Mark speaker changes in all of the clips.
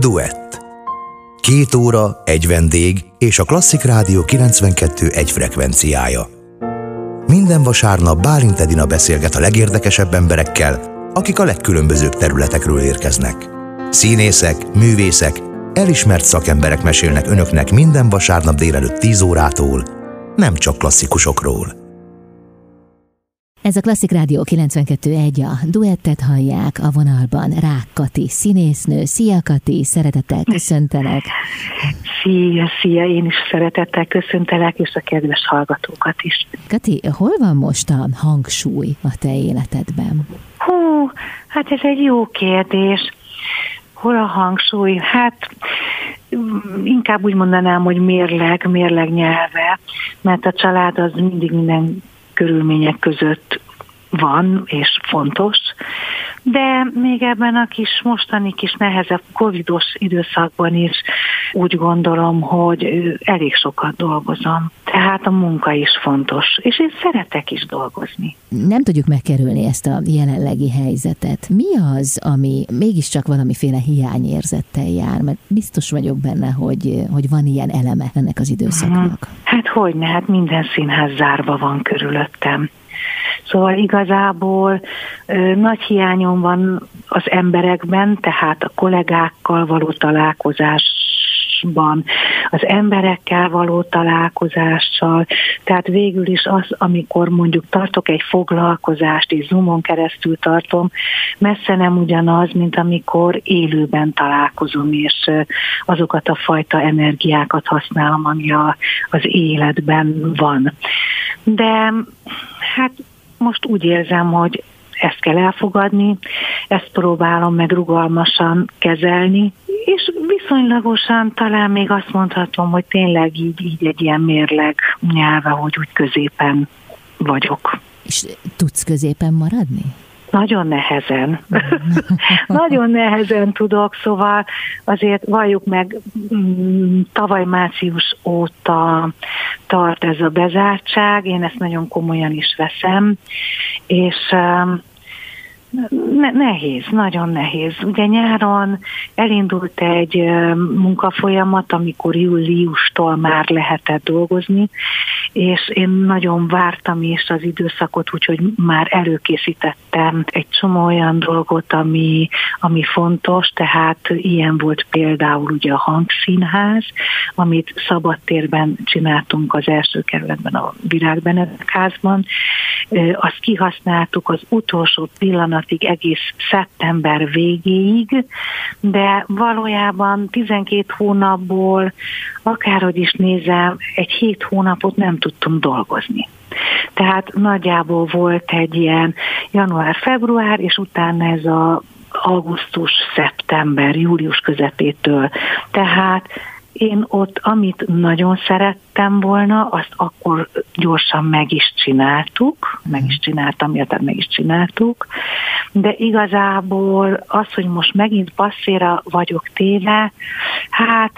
Speaker 1: Duett. 2 óra, egy vendég és a Klasszik Rádió 92,1 frekvenciája. Minden vasárnap Bálint Edina beszélget a legérdekesebb emberekkel, akik a legkülönbözőbb területekről érkeznek. Színészek, művészek, elismert szakemberek mesélnek önöknek minden vasárnap délelőtt 10 órától, nem csak klasszikusokról.
Speaker 2: Ez a Klasszik Rádió 92,1, a Duettet hallják, a vonalban Rák Kati, színésznő. Szia Kati, szeretettel köszöntelek.
Speaker 3: Szia, én is szeretettel köszöntelek, és a kedves hallgatókat is.
Speaker 2: Kati, hol van most a hangsúly a te életedben?
Speaker 3: Hát ez egy jó kérdés. Hol a hangsúly? Hát inkább úgy mondanám, hogy mérleg nyelve, mert a család az mindig minden körülmények között van, és fontos, de még ebben a mostani kis nehezebb covidos időszakban is úgy gondolom, hogy elég sokat dolgozom. Tehát a munka is fontos, és én szeretek is dolgozni.
Speaker 2: Nem tudjuk megkerülni ezt a jelenlegi helyzetet. Mi az, ami mégiscsak valamiféle hiányérzettel jár? Mert biztos vagyok benne, hogy van ilyen eleme ennek az időszaknak.
Speaker 3: Hát hogyne, hát minden színház zárva van körülöttem. Szóval igazából nagy hiányom van az emberekben, tehát a kollégákkal való találkozásban, az emberekkel való találkozással, tehát végül is az, amikor mondjuk tartok egy foglalkozást, és Zoomon keresztül tartom, messze nem ugyanaz, mint amikor élőben találkozom, és azokat a fajta energiákat használom, ami az életben van. De hát most úgy érzem, hogy ezt kell elfogadni, ezt próbálom meg rugalmasan kezelni, és viszonylagosan talán még azt mondhatom, hogy tényleg így egy ilyen mérleg nyelve, hogy úgy középen vagyok.
Speaker 2: És tudsz középen maradni?
Speaker 3: Nagyon nehezen. Nagyon nehezen tudok, szóval azért valljuk meg, tavaly március óta tart ez a bezártság, én ezt nagyon komolyan is veszem, és nehéz, nagyon nehéz. Ugye nyáron elindult egy munkafolyamat, amikor júliustól már lehetett dolgozni, és én nagyon vártam is az időszakot, úgyhogy már előkészítettem egy csomó olyan dolgot, ami fontos, tehát ilyen volt például ugye a Hangszínház, amit szabadtérben csináltunk az első kerületben, a Virág Benedek házban. Azt kihasználtuk az utolsó pillanatig, egész szeptember végéig, de valójában 12 hónapból, akárhogy is nézem, egy 7 hónapot nem tudtunk dolgozni. Tehát nagyjából volt egy ilyen január-február, és utána ez a augusztus-szeptember, július közepétől. Tehát én ott, amit nagyon szerettem volna, azt akkor gyorsan meg is csináltuk, de igazából az, hogy most megint passzéra vagyok téve, hát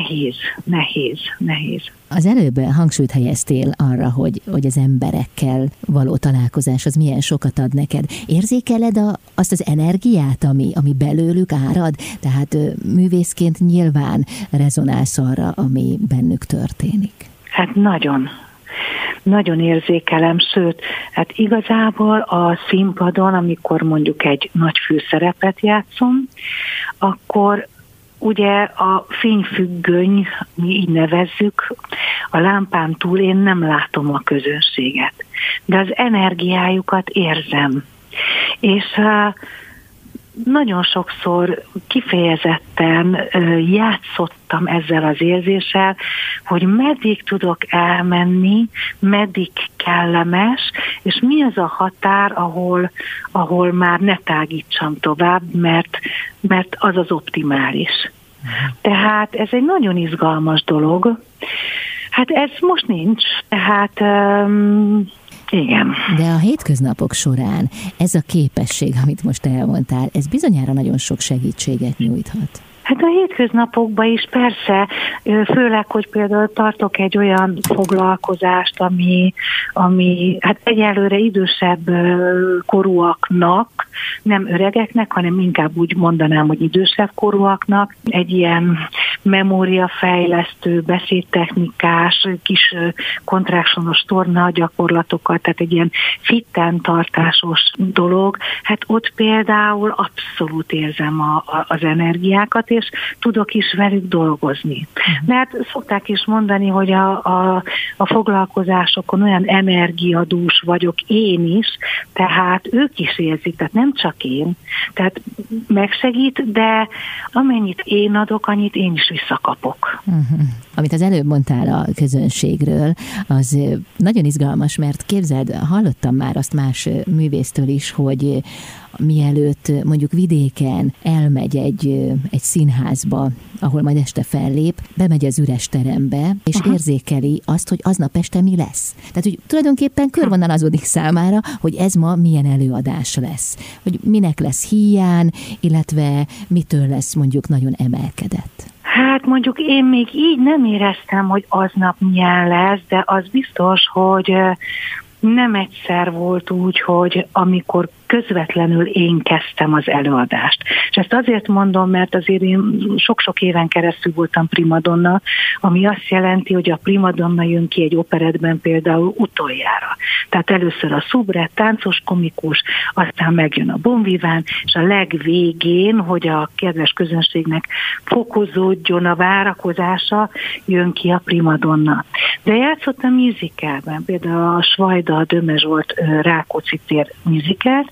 Speaker 3: nehéz.
Speaker 2: Az előbb hangsúlyt helyeztél arra, hogy az emberekkel való találkozás az milyen sokat ad neked. Érzékeled azt az energiát, ami belőlük árad? Tehát művészként nyilván rezonálsz arra, ami bennük történik.
Speaker 3: Hát nagyon érzékelem, sőt, hát igazából a színpadon, amikor mondjuk egy nagy főszerepet játszom, akkor ugye a fényfüggöny, mi így nevezzük, a lámpán túl én nem látom a közönséget, de az energiájukat érzem. És nagyon sokszor kifejezetten játszottam ezzel az érzéssel, hogy meddig tudok elmenni, meddig kellemes, és mi az a határ, ahol már ne tágítsam tovább, mert az az optimális. Tehát ez egy nagyon izgalmas dolog. Hát ez most nincs, tehát igen.
Speaker 2: De a hétköznapok során ez a képesség, amit most elmondtál, ez bizonyára nagyon sok segítséget nyújthat.
Speaker 3: Hát a hétköznapokban is persze, főleg, hogy például tartok egy olyan foglalkozást, ami hát egyelőre idősebb korúaknak, nem öregeknek, hanem inkább úgy mondanám, hogy idősebb korúaknak, egy ilyen memóriafejlesztő, beszédtechnikás, kis kontrakcionos torna gyakorlatokat, tehát egy ilyen fittentartásos dolog. Hát ott például abszolút érzem az energiákat, és tudok is velük dolgozni. Mert szokták is mondani, hogy a foglalkozásokon olyan energiadús vagyok én is, tehát ők is érzik, tehát nem csak én. Tehát megsegít, de amennyit én adok, annyit én is visszakapok.
Speaker 2: Amit az előbb mondtál a közönségről, az nagyon izgalmas, mert képzeld, hallottam már azt más művésztől is, hogy mielőtt mondjuk vidéken elmegy egy színházba, ahol majd este fellép, bemegy az üres terembe, és érzékeli azt, hogy aznap este mi lesz. Tehát, hogy tulajdonképpen körvonalazódik számára, hogy ez ma milyen előadás lesz. Hogy minek lesz híján, illetve mitől lesz mondjuk nagyon emelkedett.
Speaker 3: Hát mondjuk én még így nem éreztem, hogy aznap milyen lesz, de az biztos, hogy nem egyszer volt úgy, hogy amikor közvetlenül én kezdtem az előadást. És ezt azért mondom, mert azért én sok-sok éven keresztül voltam primadonna, ami azt jelenti, hogy a primadonna jön ki egy operettben például utoljára. Tehát először a szubret, táncos komikus, aztán megjön a bonviván, és a legvégén, hogy a kedves közönségnek fokozódjon a várakozása, jön ki a primadonna. De játszottam musicalben, például a Svajda, a Döme Zsolt Rákóczi tér musical,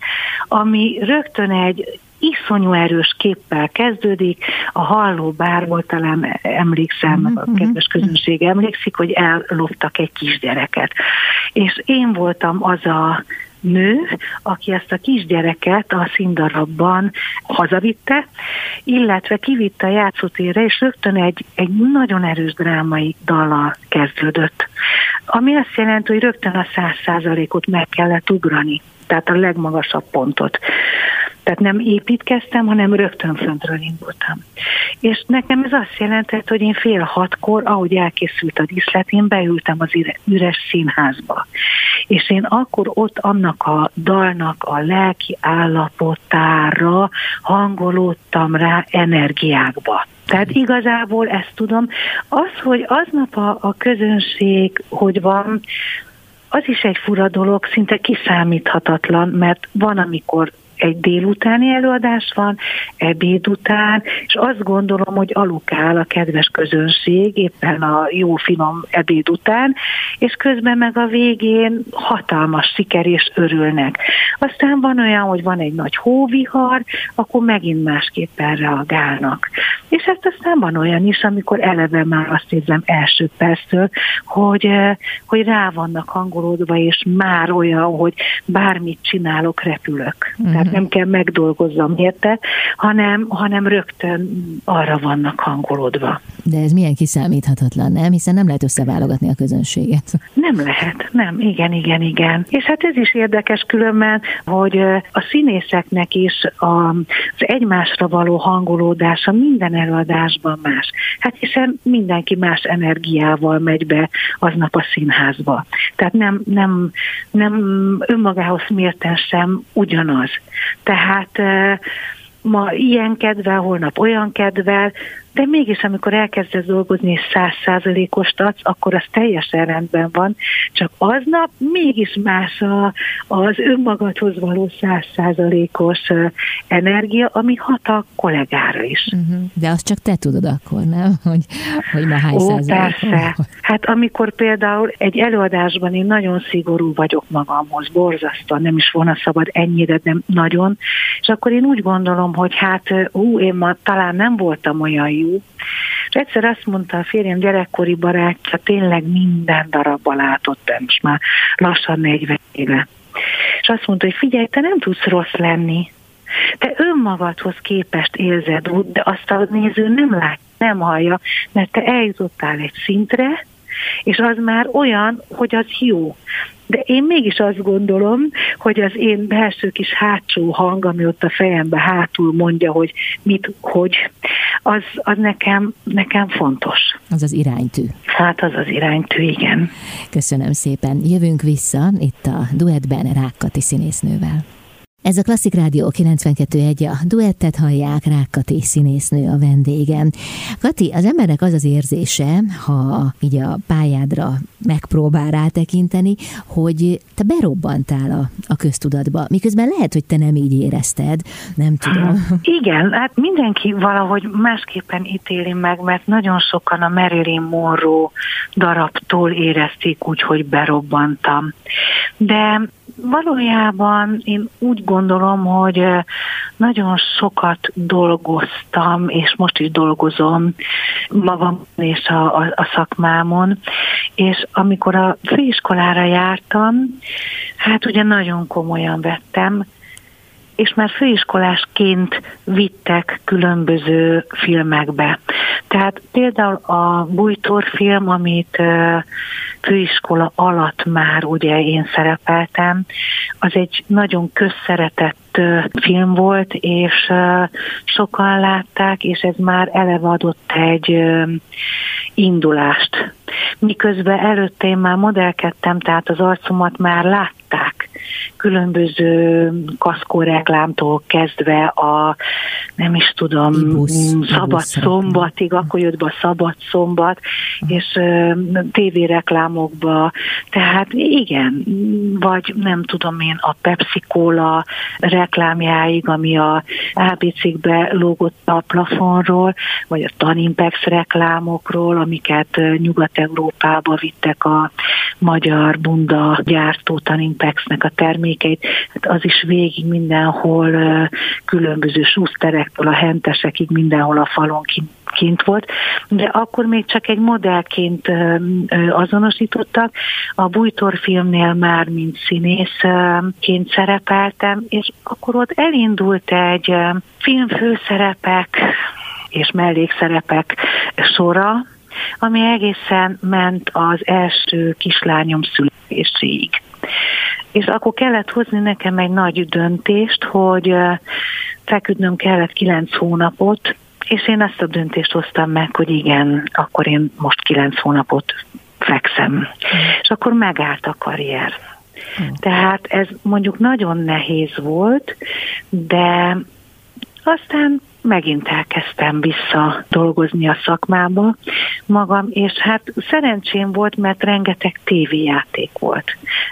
Speaker 3: ami rögtön egy iszonyú erős képpel kezdődik, a halló bárból talán emlékszem, a kedves közönség emlékszik, hogy elloptak egy kisgyereket. És én voltam az a nő, aki ezt a kisgyereket a színdarabban hazavitte, illetve kivitte a játszótérre, és rögtön egy nagyon erős drámai dallal kezdődött. Ami azt jelenti, hogy rögtön a 100%-ot meg kellett ugrani, tehát a legmagasabb pontot. Tehát nem építkeztem, hanem rögtön föntről indultam. És nekem ez azt jelentett, hogy én 5:30, ahogy elkészült a díszlet, én beültem az üres színházba. És én akkor ott annak a dalnak a lelki állapotára hangolódtam rá energiákba. Tehát igazából ezt tudom. Az, hogy aznap a közönség, hogy van, az is egy fura dolog, szinte kiszámíthatatlan, mert van, amikor egy délutáni előadás van, ebéd után, és azt gondolom, hogy alukál a kedves közönség éppen a jó finom ebéd után, és közben meg a végén hatalmas siker és örülnek. Aztán van olyan, hogy van egy nagy hóvihar, akkor megint másképpen reagálnak. És hát aztán van olyan is, amikor eleve már azt érzem első perctől, hogy rá vannak hangolódva, és már olyan, hogy bármit csinálok, repülök. Tehát nem kell megdolgozzam érte, hanem rögtön arra vannak hangolódva.
Speaker 2: De ez milyen kiszámíthatatlan, nem? Hiszen nem lehet összeválogatni a közönséget.
Speaker 3: Nem lehet, nem. Igen. És hát ez is érdekes különben, hogy a színészeknek is az egymásra való hangolódása minden előadásban más. Hát hiszen mindenki más energiával megy be aznap a színházba. Tehát nem önmagához mérten sem ugyanaz. Tehát ma ilyen kedvel, holnap olyan kedvel, de mégis amikor elkezdesz dolgozni és 100%-ost adsz, akkor az teljesen rendben van, csak aznap mégis más az önmagadhoz való 100%-os energia, ami hat a kollégára is.
Speaker 2: De azt csak te tudod akkor, nem? Hogy ma hány százalék?
Speaker 3: Persze. Hát amikor például egy előadásban én nagyon szigorú vagyok magamhoz, borzasztóan, nem is volna szabad ennyire, de nagyon, és akkor én úgy gondolom, hogy én ma talán nem voltam olyan jó, és egyszer azt mondta a férjem gyerekkori barátja, tényleg minden darabban látott, most már lassan 40 éve. És azt mondta, hogy figyelj, te nem tudsz rossz lenni. Te önmagadhoz képest érzed úgy, de azt a néző nem lát, nem hallja, mert te eljutottál egy szintre, és az már olyan, hogy az jó. De én mégis azt gondolom, hogy az én belső kis hátsó hang, ami ott a fejembe hátul mondja, hogy mit, hogy, az nekem fontos.
Speaker 2: Az az iránytű.
Speaker 3: Hát az az iránytű, igen.
Speaker 2: Köszönöm szépen. Jövünk vissza itt a Duettben Rákkati színésznővel. Ez a Klasszik Rádió 92.1, a duettet hallják, Rákkati színésznő a vendégem. Kati, az embernek az az érzése, ha így a pályádra megpróbál rátekinteni, hogy te berobbantál a köztudatba, miközben lehet, hogy te nem így érezted, nem tudom.
Speaker 3: Igen, hát mindenki valahogy másképpen ítéli meg, mert nagyon sokan a Marilyn Monroe darabtól érezték úgy, hogy berobbantam. De valójában én úgy gondolom, hogy nagyon sokat dolgoztam, és most is dolgozom magam és a szakmámon, és amikor a főiskolára jártam, hát ugye nagyon komolyan vettem, és már főiskolásként vittek különböző filmekbe. Tehát például a Bújtorfilm, amit főiskola alatt már ugye én szerepeltem, az egy nagyon közszeretett film volt, és sokan látták, és ez már eleve adott egy indulást. Miközben előtte én már modellkedtem, tehát az arcomat már látták különböző kaszkóreklámtól kezdve a, nem is tudom, Szabad Szombatig, akkor jött be a Szabad Szombat, és tévéreklámokba, tehát igen, vagy nem tudom én, a Pepsi Cola reklámjáig, ami a ABC-kbe lógott a plafonról, vagy a Tanimpex reklámokról, amiket Nyugat-Európába vittek a magyar bunda gyártó Tanimpexnek a termékeit, hát az is végig mindenhol különböző Schusterektől a Hentesekig mindenhol a falon kint volt, de akkor még csak egy modellként azonosítottak. A Bújtorfilmnél már mint színészként szerepeltem, és akkor ott elindult egy filmfőszerepek és mellékszerepek sora, ami egészen ment az első kislányom születéséig. És akkor kellett hozni nekem egy nagy döntést, hogy feküdnöm kellett 9 hónapot, és én ezt a döntést hoztam meg, hogy igen, akkor én most 9 hónapot fekszem. És akkor megállt a karrier. Tehát ez mondjuk nagyon nehéz volt, de aztán megint elkezdtem vissza dolgozni a szakmába magam, és hát szerencsém volt, mert rengeteg tévéjáték volt.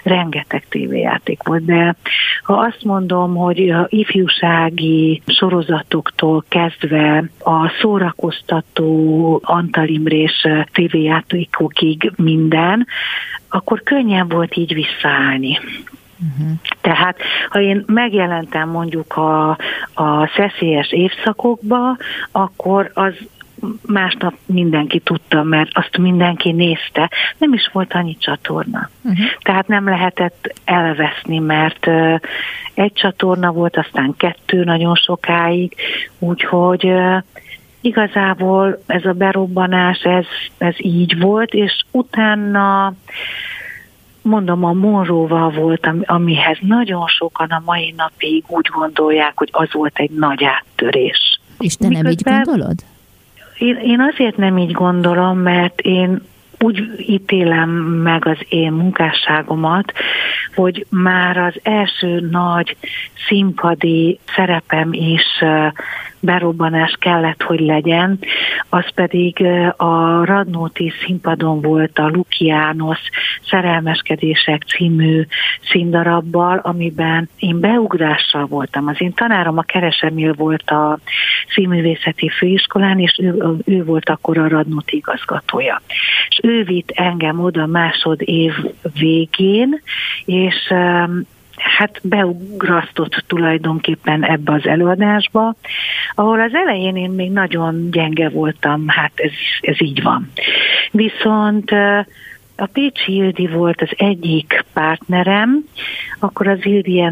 Speaker 3: De ha azt mondom, hogy a ifjúsági sorozatoktól kezdve a szórakoztató Antal Imrés tévéjátékokig minden, akkor könnyen volt így visszaállni. Tehát, ha én megjelentem mondjuk a szeszélyes évszakokba, akkor az másnap mindenki tudta, mert azt mindenki nézte. Nem is volt annyi csatorna. Tehát nem lehetett elveszni, mert egy csatorna volt, aztán 2 nagyon sokáig, úgyhogy igazából ez a berobbanás, ez így volt, és utána mondom, a Monroe-val volt, amihez nagyon sokan a mai napig úgy gondolják, hogy az volt egy nagy áttörés.
Speaker 2: És te nem így gondolod?
Speaker 3: Én azért nem így gondolom, mert én úgy ítélem meg az én munkásságomat, hogy már az első nagy színpadi szerepem is berobbanás kellett, hogy legyen, az pedig a Radnóti színpadon volt a Lukiánosz Szerelmeskedések című színdarabbal, amiben én beugrással voltam. Az én tanárom a Keres Emil volt a színművészeti főiskolán, és ő volt akkor a Radnóti igazgatója. És ő vitt engem oda másodév végén, és hát beugrasztott tulajdonképpen ebbe az előadásba, ahol az elején én még nagyon gyenge voltam, hát ez így van. Viszont a Pécsi Ildi volt az egyik partnerem, akkor az Ildi ilyen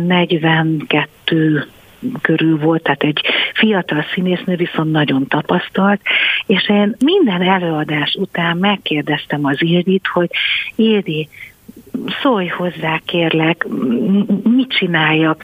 Speaker 3: 42 körül volt, tehát egy fiatal színésznő, viszont nagyon tapasztalt, És én minden előadás után megkérdeztem az Ildit, hogy Ildi, szólj hozzá, kérlek, mit csináljak,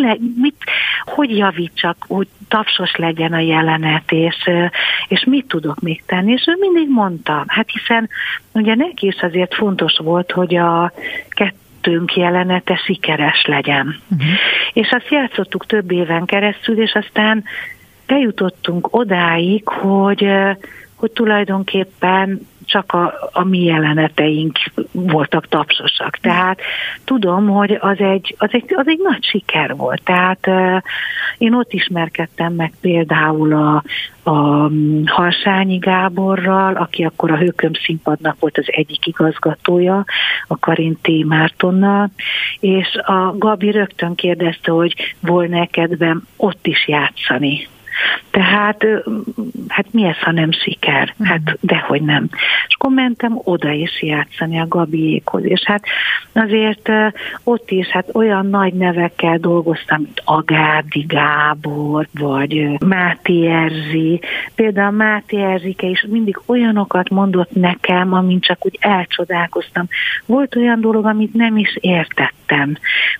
Speaker 3: hogy javítsak, hogy tapsos legyen a jelenet, és mit tudok még tenni, és ő mindig mondta, hát hiszen ugye neki is azért fontos volt, hogy a kettőnk jelenete sikeres legyen. És azt játszottuk több éven keresztül, és aztán eljutottunk odáig, hogy tulajdonképpen csak a mi jeleneteink voltak tapsosak. Tehát tudom, hogy az egy nagy siker volt. Tehát én ott ismerkedtem meg például a Harsányi Gáborral, aki akkor a Hőköm színpadnak volt az egyik igazgatója, a Karin T. Mártonnal, és a Gabi rögtön kérdezte, hogy volna kedvem ott is játszani. Tehát, hát mi ez, ha nem siker? Hát dehogy nem. És akkor mentem oda is játszani a Gabiékhoz, és hát azért ott is hát olyan nagy nevekkel dolgoztam, mint Agárdi Gábor, vagy Máté Erzsi. Például Máté Erzsike is mindig olyanokat mondott nekem, amin csak úgy elcsodálkoztam. Volt olyan dolog, amit nem is értettem,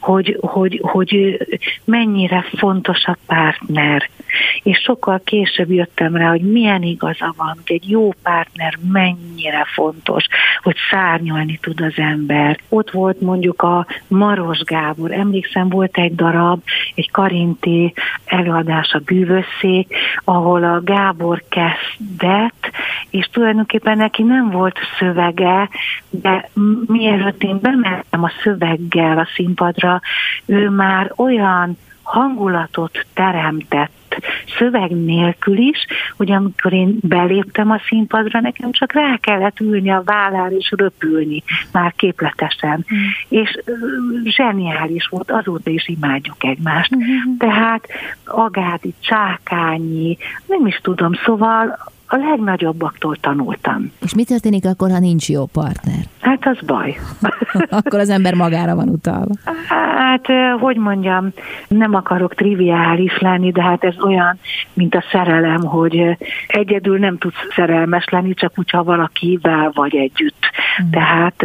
Speaker 3: hogy mennyire fontos a partner. És sokkal később jöttem rá, hogy milyen igaza van, hogy egy jó partner mennyire fontos, hogy szárnyalni tud az ember. Ott volt mondjuk a Maros Gábor, emlékszem, volt egy darab, egy Karin T. előadás, a Bűvösszék, ahol a Gábor kezdett, és tulajdonképpen neki nem volt szövege, de mielőtt én bementem a szöveggel a színpadra, ő már olyan hangulatot teremtett szöveg nélkül is, hogy amikor én beléptem a színpadra, nekem csak rá kellett ülni a vállára és röpülni, már képletesen. És zseniális volt, azóta is imádjuk egymást. Tehát Agádi, Csákányi, nem is tudom, szóval a legnagyobbaktól tanultam.
Speaker 2: És mi történik akkor, ha nincs jó partner?
Speaker 3: Hát az baj.
Speaker 2: Akkor az ember magára van utalva.
Speaker 3: Hát, hogy mondjam, nem akarok triviális lenni, de hát ez olyan, mint a szerelem, hogy egyedül nem tudsz szerelmes lenni, csak úgy, ha valakivel vagy együtt. Tehát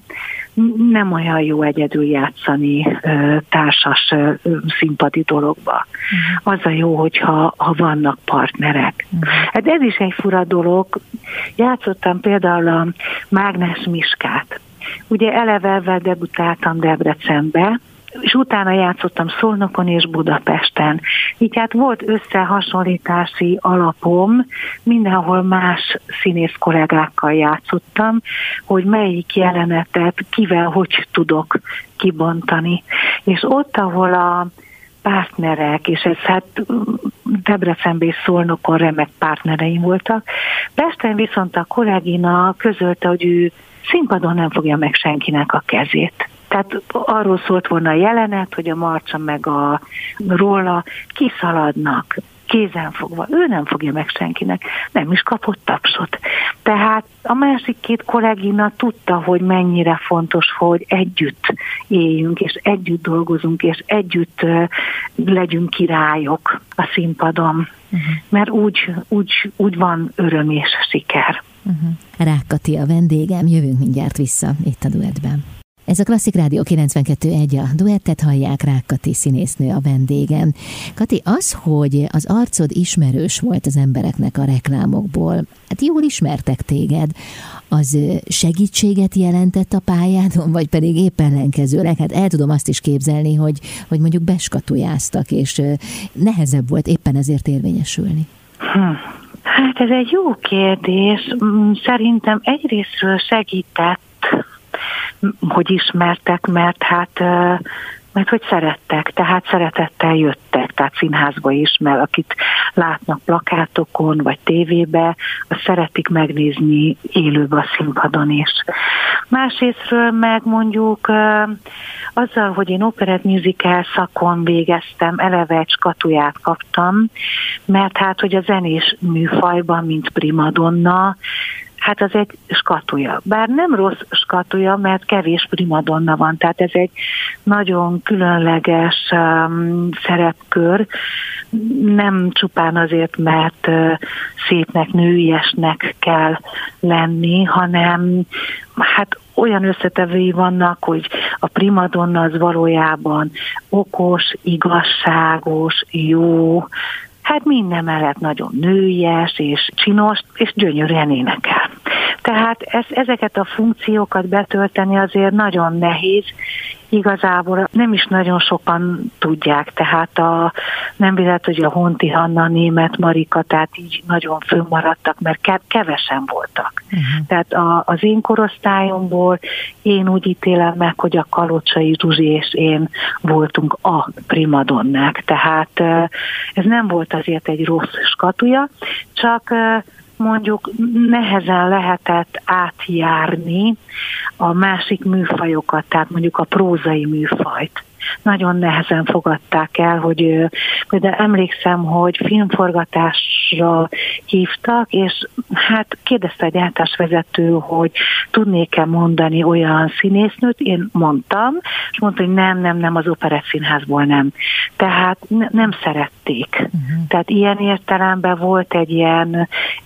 Speaker 3: nem olyan jó egyedül játszani társas színpadi dologba. Az a jó, hogyha vannak partnerek. Hát ez is egy fura dolog. Játszottam például a Mágnes Miskát. Ugye eleve debütáltam Debrecenbe, és utána játszottam Szolnokon és Budapesten. Így hát volt összehasonlítási alapom, mindenhol más színész kollégákkal játszottam, hogy melyik jelenetet kivel hogy tudok kibontani. És ott, ahol a partnerek, és ez hát Debrecenben és Szolnokon remek partnereim voltak. Pesten viszont a kollégina közölte, hogy ő színpadon nem fogja meg senkinek a kezét. Tehát arról szólt volna a jelenet, hogy a Marcsa meg a Róla kiszaladnak, kézenfogva. Ő nem fogja meg senkinek, nem is kapott tapsot. Tehát a másik két kollégina tudta, hogy mennyire fontos, hogy együtt éljünk, és együtt dolgozunk, és együtt legyünk királyok a színpadon. Mert úgy van öröm és siker.
Speaker 2: Rák Kati a vendégem, jövünk mindjárt vissza itt a Duettben. Ez a Klasszik Rádió 92.1, a Duettet hallják, Rák Kati színésznő a vendégem. Kati, az, hogy az arcod ismerős volt az embereknek a reklámokból, hát jól ismertek téged, az segítséget jelentett a pályádon, vagy pedig épp ellenkezőleg? Hát el tudom azt is képzelni, hogy mondjuk beskatujáztak, és nehezebb volt éppen ezért érvényesülni.
Speaker 3: Hát ez egy jó kérdés. Szerintem egyrésztről segített, hogy ismertek, mert hogy szerettek, tehát szeretettel jöttek, tehát színházba is, mert akit látnak plakátokon, vagy tévébe, azt szeretik megnézni élőben a színpadon is. Másrésztről meg mondjuk azzal, hogy én operett musical szakon végeztem, eleve egy skatuját kaptam, mert hát, hogy a zenés műfajban, mint primadonna, hát az egy skatuja. Bár nem rossz skatuja, mert kevés primadonna van, tehát ez egy nagyon különleges szerepkör, nem csupán azért, mert szépnek, nőiesnek kell lenni, hanem hát olyan összetevői vannak, hogy a primadonna az valójában okos, igazságos, jó, hát minden mellett nagyon nőies és csinos, és gyönyörűen énekel. Tehát ezeket a funkciókat betölteni azért nagyon nehéz, igazából nem is nagyon sokan tudják, tehát nem véletlen, hogy a Honti Hanna, Németh Marika, tehát így nagyon fönnmaradtak, mert kevesen voltak. Tehát az én korosztályomból én úgy ítélem meg, hogy a Kalocsai Zsuzsi és én voltunk a primadonnák, tehát ez nem volt azért egy rossz skatuja, csak mondjuk nehezen lehetett átjárni a másik műfajokat, tehát mondjuk a prózai műfajt. Nagyon nehezen fogadták el, hogy de emlékszem, hogy filmforgatásra hívtak, és hát kérdezte a gyártásvezető, hogy tudnék-e mondani olyan színésznőt, én mondtam, és mondta, hogy nem, az Operettszínházból nem. Tehát nem szerették. Tehát ilyen értelemben volt egy ilyen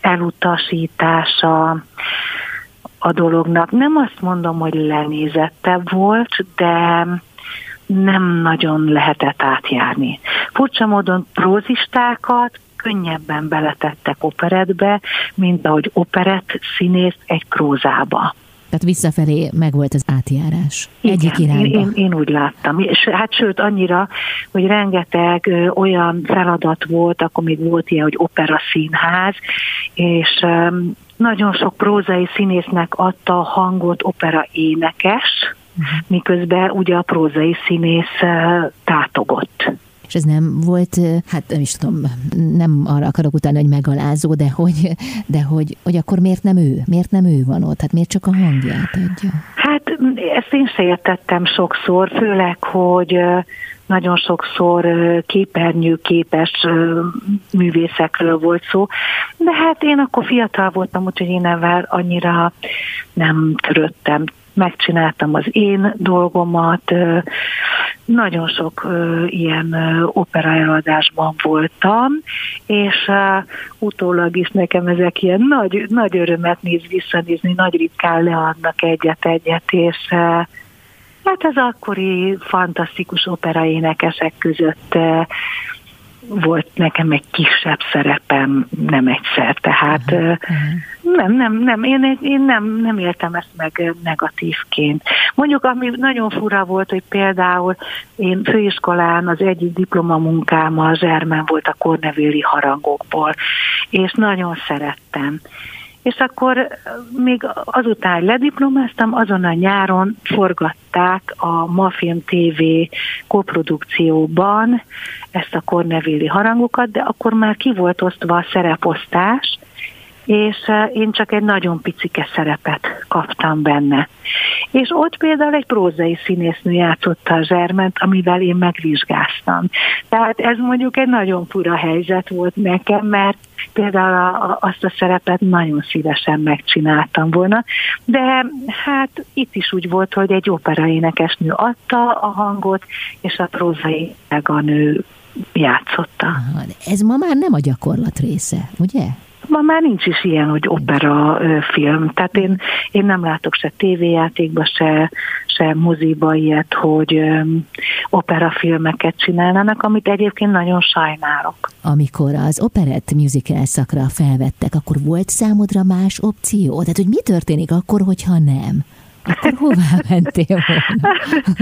Speaker 3: elutasítása a dolognak. Nem azt mondom, hogy lenézettebb volt, de nem nagyon lehetett átjárni. Furcsa módon prózistákat könnyebben beletettek operettbe, mint ahogy operett színészt egy prózába.
Speaker 2: Tehát visszafelé megvolt az átjárás.
Speaker 3: Igen,
Speaker 2: egyik irányba.
Speaker 3: Én úgy láttam. Hát sőt, annyira, hogy rengeteg olyan feladat volt, akkor még volt ilyen, hogy opera színház, és nagyon sok prózai színésznek adta a hangot opera énekes, miközben ugye a prózai színész tátogott.
Speaker 2: És ez nem volt, hát nem is tudom, nem arra akarok utána, hogy megalázó, de hogy akkor miért nem ő van ott? Hát miért csak a hangját adja? Hát
Speaker 3: ezt én se értettem sokszor, főleg, hogy nagyon sokszor képernyőképes művészekről volt szó, de hát én akkor fiatal voltam, úgyhogy én ezzel annyira nem törődtem. Megcsináltam az én dolgomat, nagyon sok ilyen operaeladásban voltam, és utólag is nekem ezek ilyen nagy örömet visszanézni, nagy ritkán leadnak egyet, és hát az akkori fantasztikus operaénekesek között volt nekem egy kisebb szerepem, nem egyszer, tehát én nem éltem ezt meg negatívként. Mondjuk, ami nagyon fura volt, hogy például én főiskolán az egyik diplomamunkám a Zsermen volt a Kornevéli harangokból, és nagyon szerettem. És akkor még azután, hogy lediplomáztam, azon a nyáron forgatták a Mafilm TV koprodukcióban ezt a Kornevéli harangokat, de akkor már ki volt osztva a szereposztás, és én csak egy nagyon picike szerepet kaptam benne. És ott például egy prózai színésznő játszotta a Zserment, amivel én megvizsgáztam. Tehát ez mondjuk egy nagyon fura helyzet volt nekem, mert például azt a szerepet nagyon szívesen megcsináltam volna, de hát itt is úgy volt, hogy egy operaénekesnő adta a hangot, és a prózai nő játszotta.
Speaker 2: Aha, ez ma már nem a gyakorlat része, ugye?
Speaker 3: Ma már nincs is ilyen, hogy opera film. Tehát én nem látok se tévéjátékba, se moziba ilyet, hogy operafilmeket csinálnának, amit egyébként nagyon sajnálok.
Speaker 2: Amikor az operett musical szakra felvettek, akkor volt számodra más opció? Tehát, hogy mi történik akkor, hogyha nem? Akkor hová mentél volna?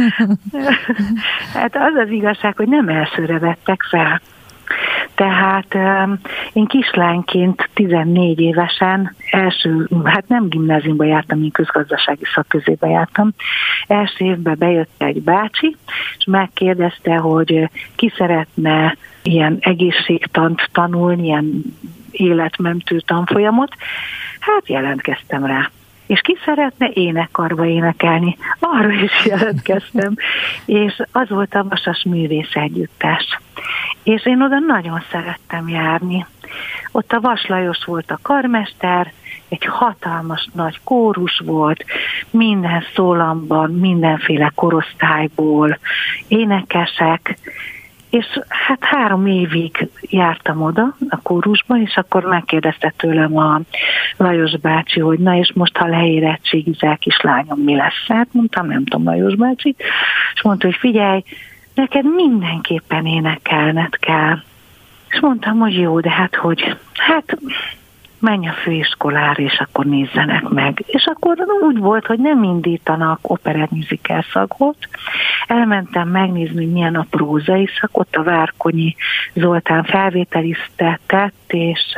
Speaker 3: Hát az igazság, hogy nem elsőre vettek fel. Tehát én kislányként 14 évesen hát nem gimnáziumba jártam, én közgazdasági szakközébe jártam. Első évben bejött egy bácsi, és megkérdezte, hogy ki szeretne ilyen egészségtant tanulni, ilyen életmentő tanfolyamot. Hát jelentkeztem rá. És ki szeretne énekkarba énekelni? Arra is jelentkeztem. És az volt a Vasas Művész Együttes. És én oda nagyon szerettem járni. Ott a Vas Lajos volt a karmester, egy hatalmas nagy kórus volt, minden szólamban, mindenféle korosztályból énekesek, És hát 3 évig jártam oda a kórusba, és akkor megkérdezte tőlem a Lajos bácsi, hogy na és most, ha leérettségizel, kislányom, mi lesz? Hát mondtam, nem tudom, Lajos bácsi. És mondta, hogy figyelj, neked mindenképpen énekelned kell. És mondtam, hogy jó, de hát hogy? Hát menj a főiskolára, és akkor nézzenek meg. És akkor úgy volt, hogy nem indítanak operett musical szakot. Elmentem megnézni, hogy milyen a prózai szak, ott a Várkonyi Zoltán felvételiztetett, és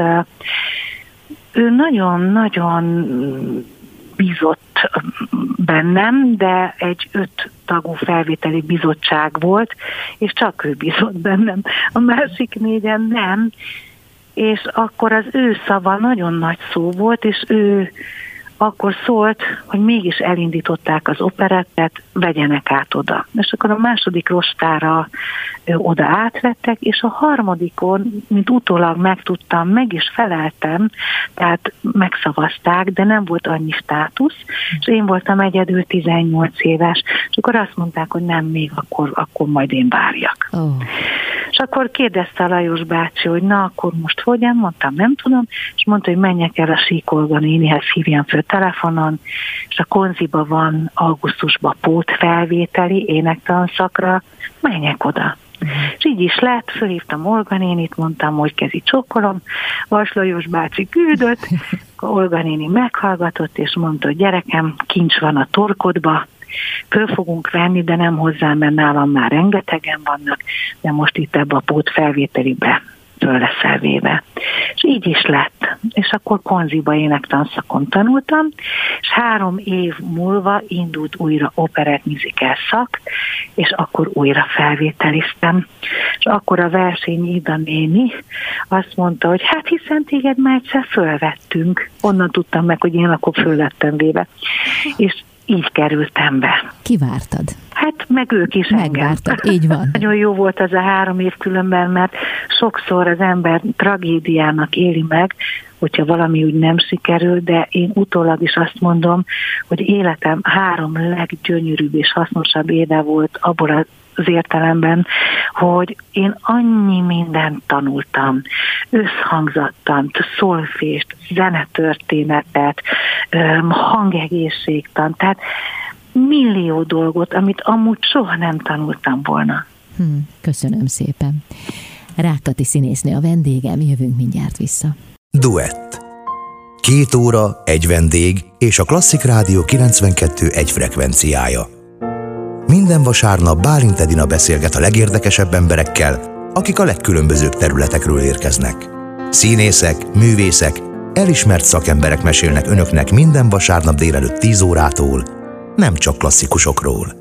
Speaker 3: ő nagyon-nagyon bízott bennem, de egy 5 tagú felvételi bizottság volt, és csak ő bízott bennem, a másik 4-en nem. És akkor az ő szava nagyon nagy szó volt, és ő akkor szólt, hogy mégis elindították az operettet, vegyenek át oda. És akkor a második rostára oda átvettek, és a harmadikon, mint utólag megtudtam, meg is feleltem, tehát megszavazták, de nem volt annyi státusz, és én voltam egyedül 18 éves, és akkor azt mondták, hogy nem, még akkor majd én várjak. Oh. És akkor kérdezte a Lajos bácsi, hogy na, akkor most hogyan? Mondtam, nem tudom, és mondta, hogy menjek el a Síkolga nénihez, hívjam föl telefonon, és a Konziba van augusztusban pótfelvételi énektanszakra, menjek oda. És így is lett, fölhívtam Olga nénit, mondtam, hogy kezi csókolom, Vas Lajos bácsi küldött, Olga néni meghallgatott, és mondta, hogy gyerekem, kincs van a torkodba, föl fogunk venni, de nem hozzám, mert nálam már rengetegen vannak, de most itt ebbe a pótfelvételibe föl leszel véve. És így is lett. És akkor Konziba énektanszakon tanultam, és 3 év múlva indult újra operett musical szak, és akkor újra felvételiztem. És akkor a Versényi Ida néni azt mondta, hogy hát hiszen téged már egyszer fölvettünk. Onnan tudtam meg, hogy én akkor föl lettem véve. És így kerültem be.
Speaker 2: Kivártad?
Speaker 3: Hát meg ők is
Speaker 2: megvártad, így van.
Speaker 3: Nagyon jó volt az a 3 év különben, mert sokszor az ember tragédiának éli meg, hogyha valami úgy nem sikerül, de én utólag is azt mondom, hogy életem 3 leggyönyörűbb és hasznosabb éve volt abból az értelemben, hogy én annyi mindent tanultam, összhangzattant, szolfést, zenetörténetet, hangegészségtan, tehát millió dolgot, amit amúgy soha nem tanultam volna.
Speaker 2: Köszönöm szépen. Rákati színésznő a vendégem, jövünk mindjárt vissza.
Speaker 1: Duett. 2 óra, 1 vendég és a Klasszik Rádió 92.1 frekvenciája. Minden vasárnap Bálint Edina beszélget a legérdekesebb emberekkel, akik a legkülönbözőbb területekről érkeznek. Színészek, művészek, elismert szakemberek mesélnek önöknek minden vasárnap délelőtt 10 órától, nem csak klasszikusokról.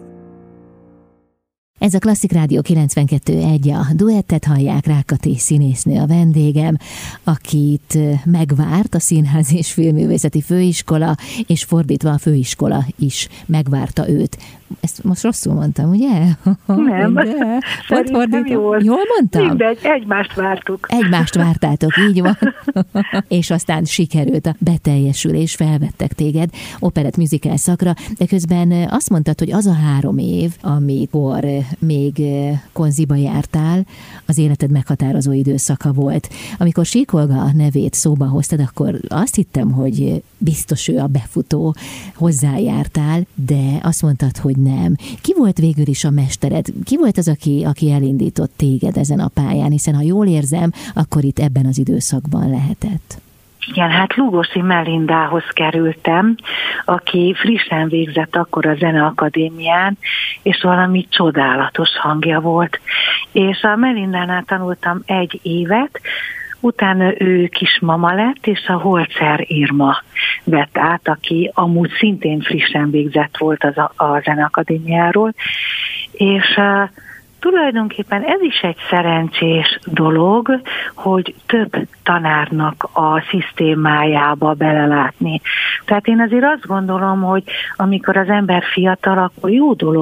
Speaker 2: Ez a Klasszik Rádió 92.1, a Duettet hallják, Rákati színésznő a vendégem, akit megvárt a Színház és Filmművészeti Főiskola, és fordítva a főiskola is megvárta őt. Ezt most rosszul mondtam, ugye?
Speaker 3: Nem.
Speaker 2: Szerintem jól mondtam?
Speaker 3: Mindegy, egymást vártuk.
Speaker 2: Egymást vártátok, így van. És aztán sikerült a beteljesülés, felvettek téged operett musical szakra, de közben azt mondtad, hogy az a 3 év, amikor még Konziba jártál, az életed meghatározó időszaka volt. Amikor Síkolga nevét szóba hoztad, akkor azt hittem, hogy biztos ő a befutó, hozzájártál, de azt mondtad, hogy nem. Ki volt végül is a mestered? Ki volt az, aki elindított téged ezen a pályán? Hiszen ha jól érzem, akkor itt ebben az időszakban lehetett.
Speaker 3: Igen, hát Lugosi Melindához kerültem, aki frissen végzett akkor a Zeneakadémián, és valami csodálatos hangja volt. És a Melindánál tanultam 1 évet, utána ő kismama lett, és a Holzer Irma vett át, aki amúgy szintén frissen végzett volt a Zeneakadémiáról, és tulajdonképpen ez is egy szerencsés dolog, hogy több tanárnak a szisztémájába belelátni. Tehát én azért azt gondolom, hogy amikor az ember fiatal, akkor jó dolog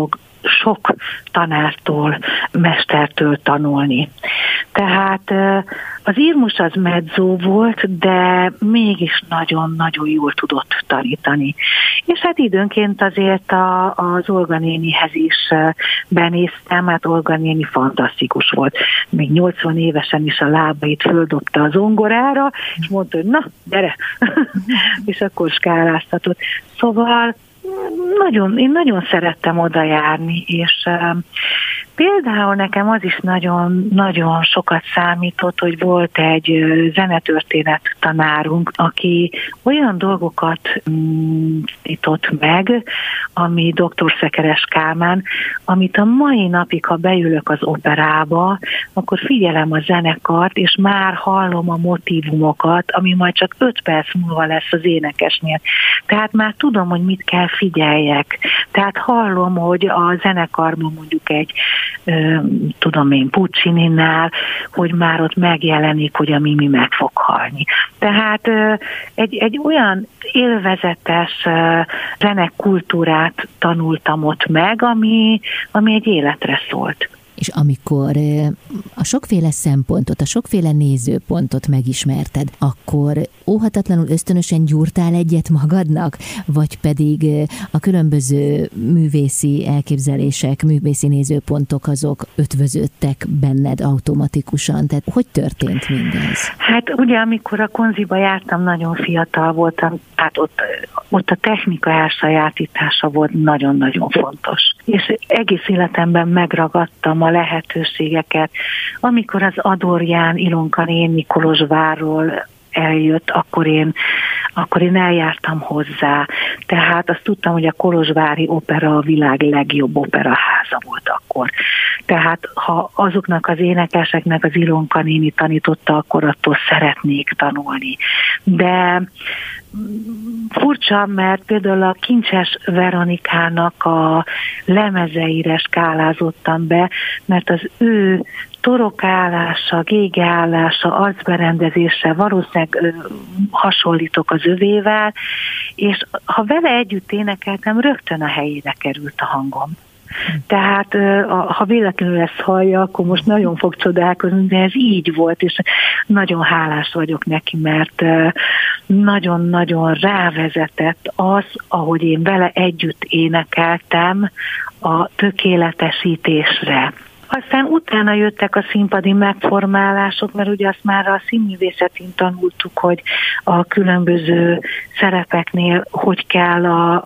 Speaker 3: sok tanártól, mestertől tanulni. Tehát az Irmus az medzó volt, de mégis nagyon-nagyon jól tudott tanítani. És hát időnként azért az Olga nénihez is benéztem, hát Olga néni fantasztikus volt. Még 80 évesen is a lábait földobta az zongorára, és mondta, hogy na, gyere! És akkor skáláztatott. Szóval én nagyon szerettem oda járni, és például nekem az is nagyon sokat számított, hogy volt egy zenetörténet tanárunk, aki olyan dolgokat tanított meg, ami dr. Szekeres Kálmán, amit a mai napig, ha beülök az operába, akkor figyelem a zenekart, és már hallom a motívumokat, ami majd csak 5 perc múlva lesz az énekesnél. Tehát már tudom, hogy mit kell figyeljek. Tehát hallom, hogy a zenekarban mondjuk egy Puccininál, hogy már ott megjelenik, hogy a Mimi meg fog halni. Tehát egy olyan élvezetes zenekultúrát tanultam ott meg, ami egy életre szólt.
Speaker 2: És amikor a sokféle szempontot, a sokféle nézőpontot megismerted, akkor óhatatlanul ösztönösen gyúrtál egyet magadnak, vagy pedig a különböző művészi elképzelések, művészi nézőpontok azok ötvöződtek benned automatikusan? Tehát hogy történt mindez?
Speaker 3: Hát ugye, amikor a Konziba jártam, nagyon fiatal voltam, hát ott a technika elsajátítása volt nagyon-nagyon fontos. És egész életemben megragadtam a lehetőségeket. Amikor az Adorján Ilonka néni Kolozsvárról eljött, akkor én eljártam hozzá. Tehát azt tudtam, hogy a Kolozsvári Opera a világ legjobb operaháza volt akkor. Tehát ha azoknak az énekeseknek az Ilonka néni tanította, akkor attól szeretnék tanulni. De furcsa, mert például a Kincses Veronikának a lemezeire skálázottam be, mert az ő torokállása, gégeállása, arcberendezése valószínűleg hasonlítok az övével, és ha vele együtt énekeltem, rögtön a helyére került a hangom. Tehát ha véletlenül ezt hallja, akkor most nagyon fog csodálkozni, de ez így volt, és nagyon hálás vagyok neki, mert nagyon-nagyon rávezetett az, ahogy én vele együtt énekeltem a tökéletesítésre. Aztán utána jöttek a színpadi megformálások, mert ugye azt már a színművészetén tanultuk, hogy a különböző szerepeknél hogy kell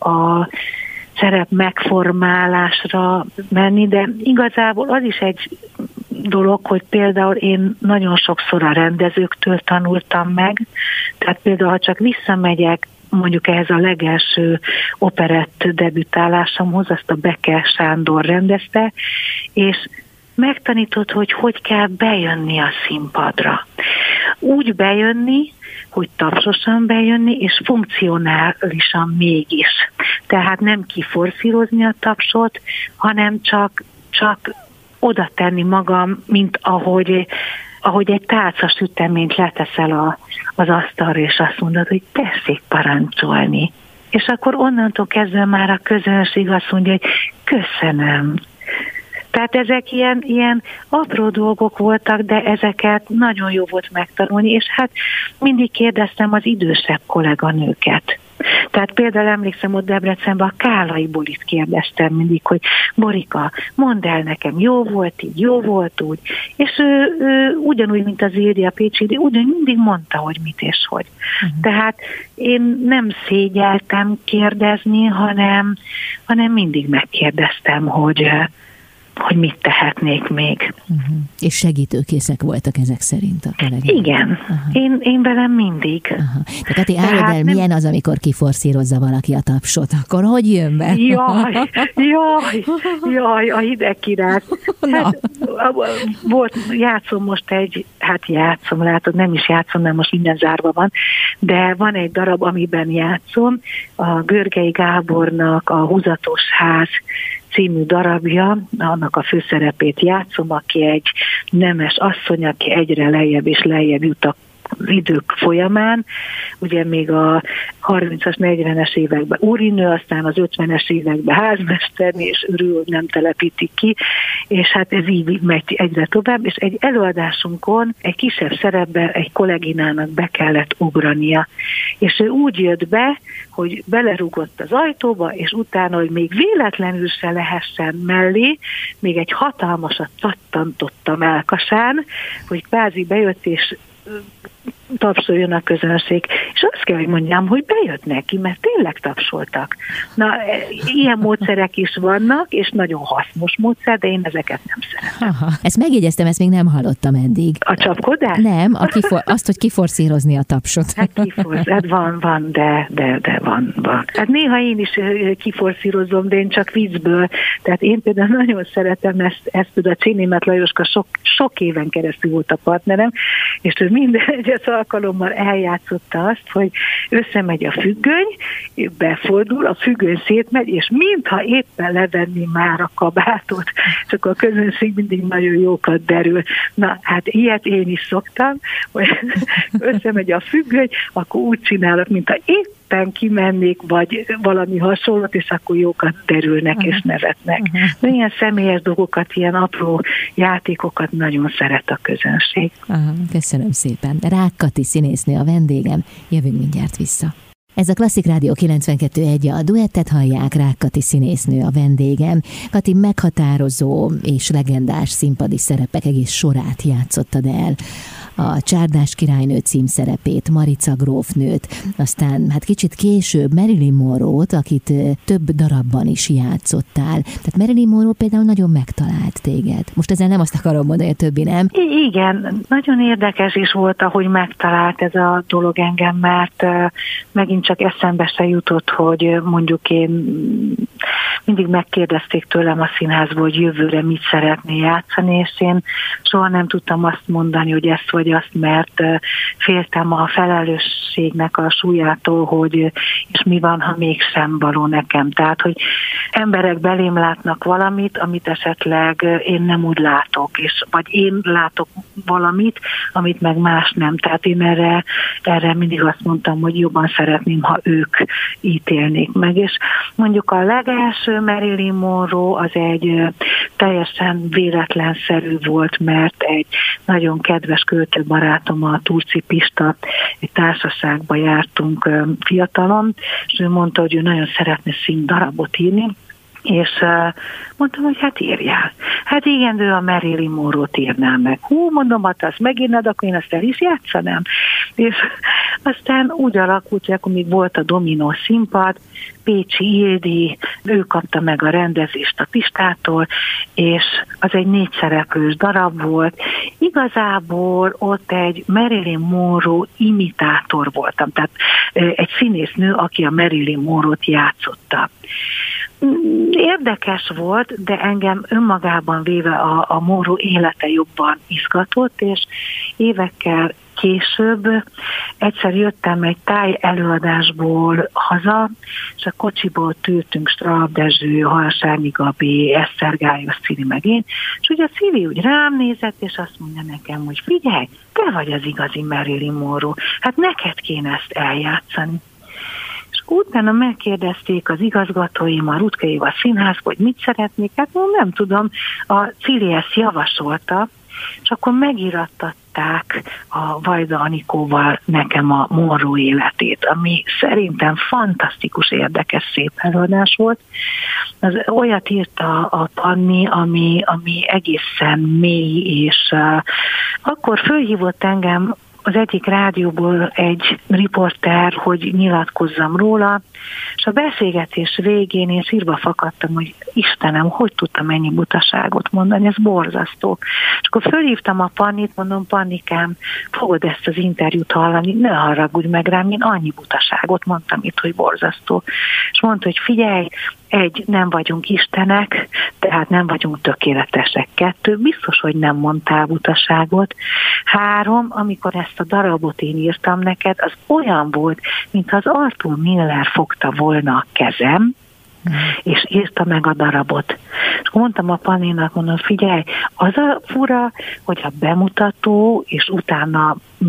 Speaker 3: a szerep megformálásra menni, de igazából az is egy dolog, hogy például én nagyon sokszor a rendezőktől tanultam meg, tehát például ha csak visszamegyek mondjuk ehhez a legelső operett debütálásomhoz, azt a Becker Sándor rendezte, és megtanított, hogy kell bejönni a színpadra. Úgy bejönni, hogy tapsosan bejönni, és funkcionálisan mégis. Tehát nem kiforszírozni a tapsot, hanem csak oda tenni magam, mint ahogy egy tálcasüteményt leteszel az asztalra, és azt mondod, hogy tessék parancsolni. És akkor onnantól kezdve már a közönség azt mondja, hogy köszönöm. Tehát ezek ilyen apró dolgok voltak, de ezeket nagyon jó volt megtanulni, és hát mindig kérdeztem az idősebb kolléganőket. Tehát például emlékszem, ott Debrecenben a Kálai Borit kérdeztem mindig, hogy Borika, mondd el nekem, jó volt így, jó volt úgy. És ő ugyanúgy, mint az Ildia Pécsi, ugyanúgy mindig mondta, hogy mit és hogy. Tehát én nem szégyeltem kérdezni, hanem mindig megkérdeztem, hogy mit tehetnék még.
Speaker 2: És segítőkészek voltak ezek szerint a kollégák?
Speaker 3: Igen. Én velem mindig.
Speaker 2: Tehát Kati, áruld el, milyen az, amikor kiforszírozza valaki a tapsot? Akkor hogy jön be? Jaj, a hideg kirák. Hát, játszom most látod, nem is játszom, mert most minden zárva van, de van egy darab, amiben játszom, a Görgei Gábornak a Húzatos ház című darabja, annak a főszerepét játszom, aki egy nemes asszony, aki egyre lejjebb és lejjebb jut a
Speaker 3: idők folyamán, ugye még a 30-as, 40-es években úrinő, aztán az 50-es években házmesterni, és örül, hogy nem telepítik ki, és hát ez így megy egyre tovább, és egy előadásunkon egy kisebb szerepben egy kolléginának be kellett ugrania. És ő úgy jött be, hogy belerúgott az ajtóba, és utána, hogy még véletlenül se lehessen mellé, még egy hatalmasat csattantott a mellkasán, hogy kvázi bejött, és tapsoljon a közönség. És azt kell, hogy mondjam, hogy bejött neki, mert tényleg tapsoltak. Na, ilyen módszerek is vannak, és nagyon hasznos módszer, de én ezeket nem szeretem.
Speaker 2: Aha. Ezt megjegyeztem, ezt még nem hallottam eddig.
Speaker 3: A csapkodás?
Speaker 2: Nem, azt, hogy kiforszírozni a tapsot.
Speaker 3: Hát van, de van. Hát néha én is kiforszírozom, de én csak viccből. Tehát én például nagyon szeretem ezt a Csénémet Lajoska sok éven keresztül volt a partnerem, és ő minden egyes alkalommal eljátszotta azt, hogy összemegy a függöny, befordul, a függöny szétmegy, és mintha éppen levenni már a kabátot, csak a közönség mindig nagyon jókat derül. Na, hát ilyet én is szoktam, hogy összemegy a függöny, akkor úgy csinálok, mintha éppen kimennék, vagy valami hasonlót, és akkor jókat derülnek és nevetnek. De ilyen személyes dolgokat, ilyen apró játékokat nagyon szeret a közönség.
Speaker 2: Aha, köszönöm szépen. Rák Kati színésznő a vendégem, jövünk mindjárt vissza. Ez a Klasszik Rádió 92.1, a duettet hallják, Rák Kati színésznő a vendégem. Kati, meghatározó és legendás színpadi szerepek egész sorát játszottad el. A Csárdás királynő címszerepét, Marica grófnőt, aztán hát kicsit később Marilyn Monroe-t, akit több darabban is játszottál. Tehát Marilyn Monroe például nagyon megtalált téged. Most ezzel nem azt akarom mondani, hogy többi nem.
Speaker 3: Igen, nagyon érdekes is volt, ahogy megtalált ez a dolog engem, mert megint csak eszembe se jutott, hogy mondjuk én mindig megkérdezték tőlem a színházból, hogy jövőre mit szeretné játszani, és én soha nem tudtam azt mondani, hogy ezt vagy azt, mert féltem a felelősségnek a súlyától, hogy és mi van, ha mégsem való nekem. Tehát, hogy emberek belém látnak valamit, amit esetleg én nem úgy látok, és vagy én látok valamit, amit meg más nem. Tehát én erre mindig azt mondtam, hogy jobban szeretném, ha ők ítélnék meg. És mondjuk a legelső Marilyn Monroe az egy teljesen véletlenszerű volt, mert egy nagyon kedves költőbarátom, a Turci Pista, egy társaságba jártunk fiatalon, és ő mondta, hogy ő nagyon szeretne színdarabot írni, és mondtam, hogy hát írjál. Hát igen, ő a Marilyn Monroe-t írná meg. Mondom, hát azt megírnád, akkor én azt el is játszanám. És aztán úgy alakult, hogy akkor még volt a Dominó színpad, Pécsi Ildi, ő kapta meg a rendezést a Pistától, és az egy 4 szereplős darab volt. Igazából ott egy Marilyn Monroe imitátor voltam, tehát egy színésznő, aki a Marilyn Monroe-t játszotta. Érdekes volt, de engem önmagában véve a Monroe élete jobban izgatott, és évekkel később egyszer jöttem egy táj előadásból haza, és a kocsiból tűrtünk Straub Dezső, Halsányi Gabi, Eszter Gályos Cili meg én, és ugye a Cili úgy rám nézett, és azt mondja nekem, hogy figyelj, te vagy az igazi Marilyn Monroe, hát neked kéne ezt eljátszani. És utána megkérdezték az igazgatóim, a Rutkéival színházból, hogy mit szeretnék, hát nem tudom, a Cili ezt javasolta, és akkor megírattatták a Vajda Anikóval nekem a Monroe életét, ami szerintem fantasztikus, érdekes, szép előadás volt. Az olyat írta a Panni, ami egészen mély, és akkor fölhívott engem az egyik rádióból egy riporter, hogy nyilatkozzam róla, és a beszélgetés végén én sírva fakadtam, hogy Istenem, hogy tudtam ennyi butaságot mondani, ez borzasztó. És akkor fölhívtam a Pannit, mondom, Pannikám, fogod ezt az interjút hallani, ne haragudj meg rám, én annyi butaságot mondtam itt, hogy borzasztó. És mondta, hogy figyelj, 1, nem vagyunk istenek, tehát nem vagyunk tökéletesek. 2, biztos, hogy nem mondtál butaságot. 3, amikor ezt a darabot én írtam neked, az olyan volt, mintha az Arthur Miller fogta volna a kezem, és írta meg a darabot. És mondtam a Panninak, figyelj, az a fura, hogy a bemutató, és utána még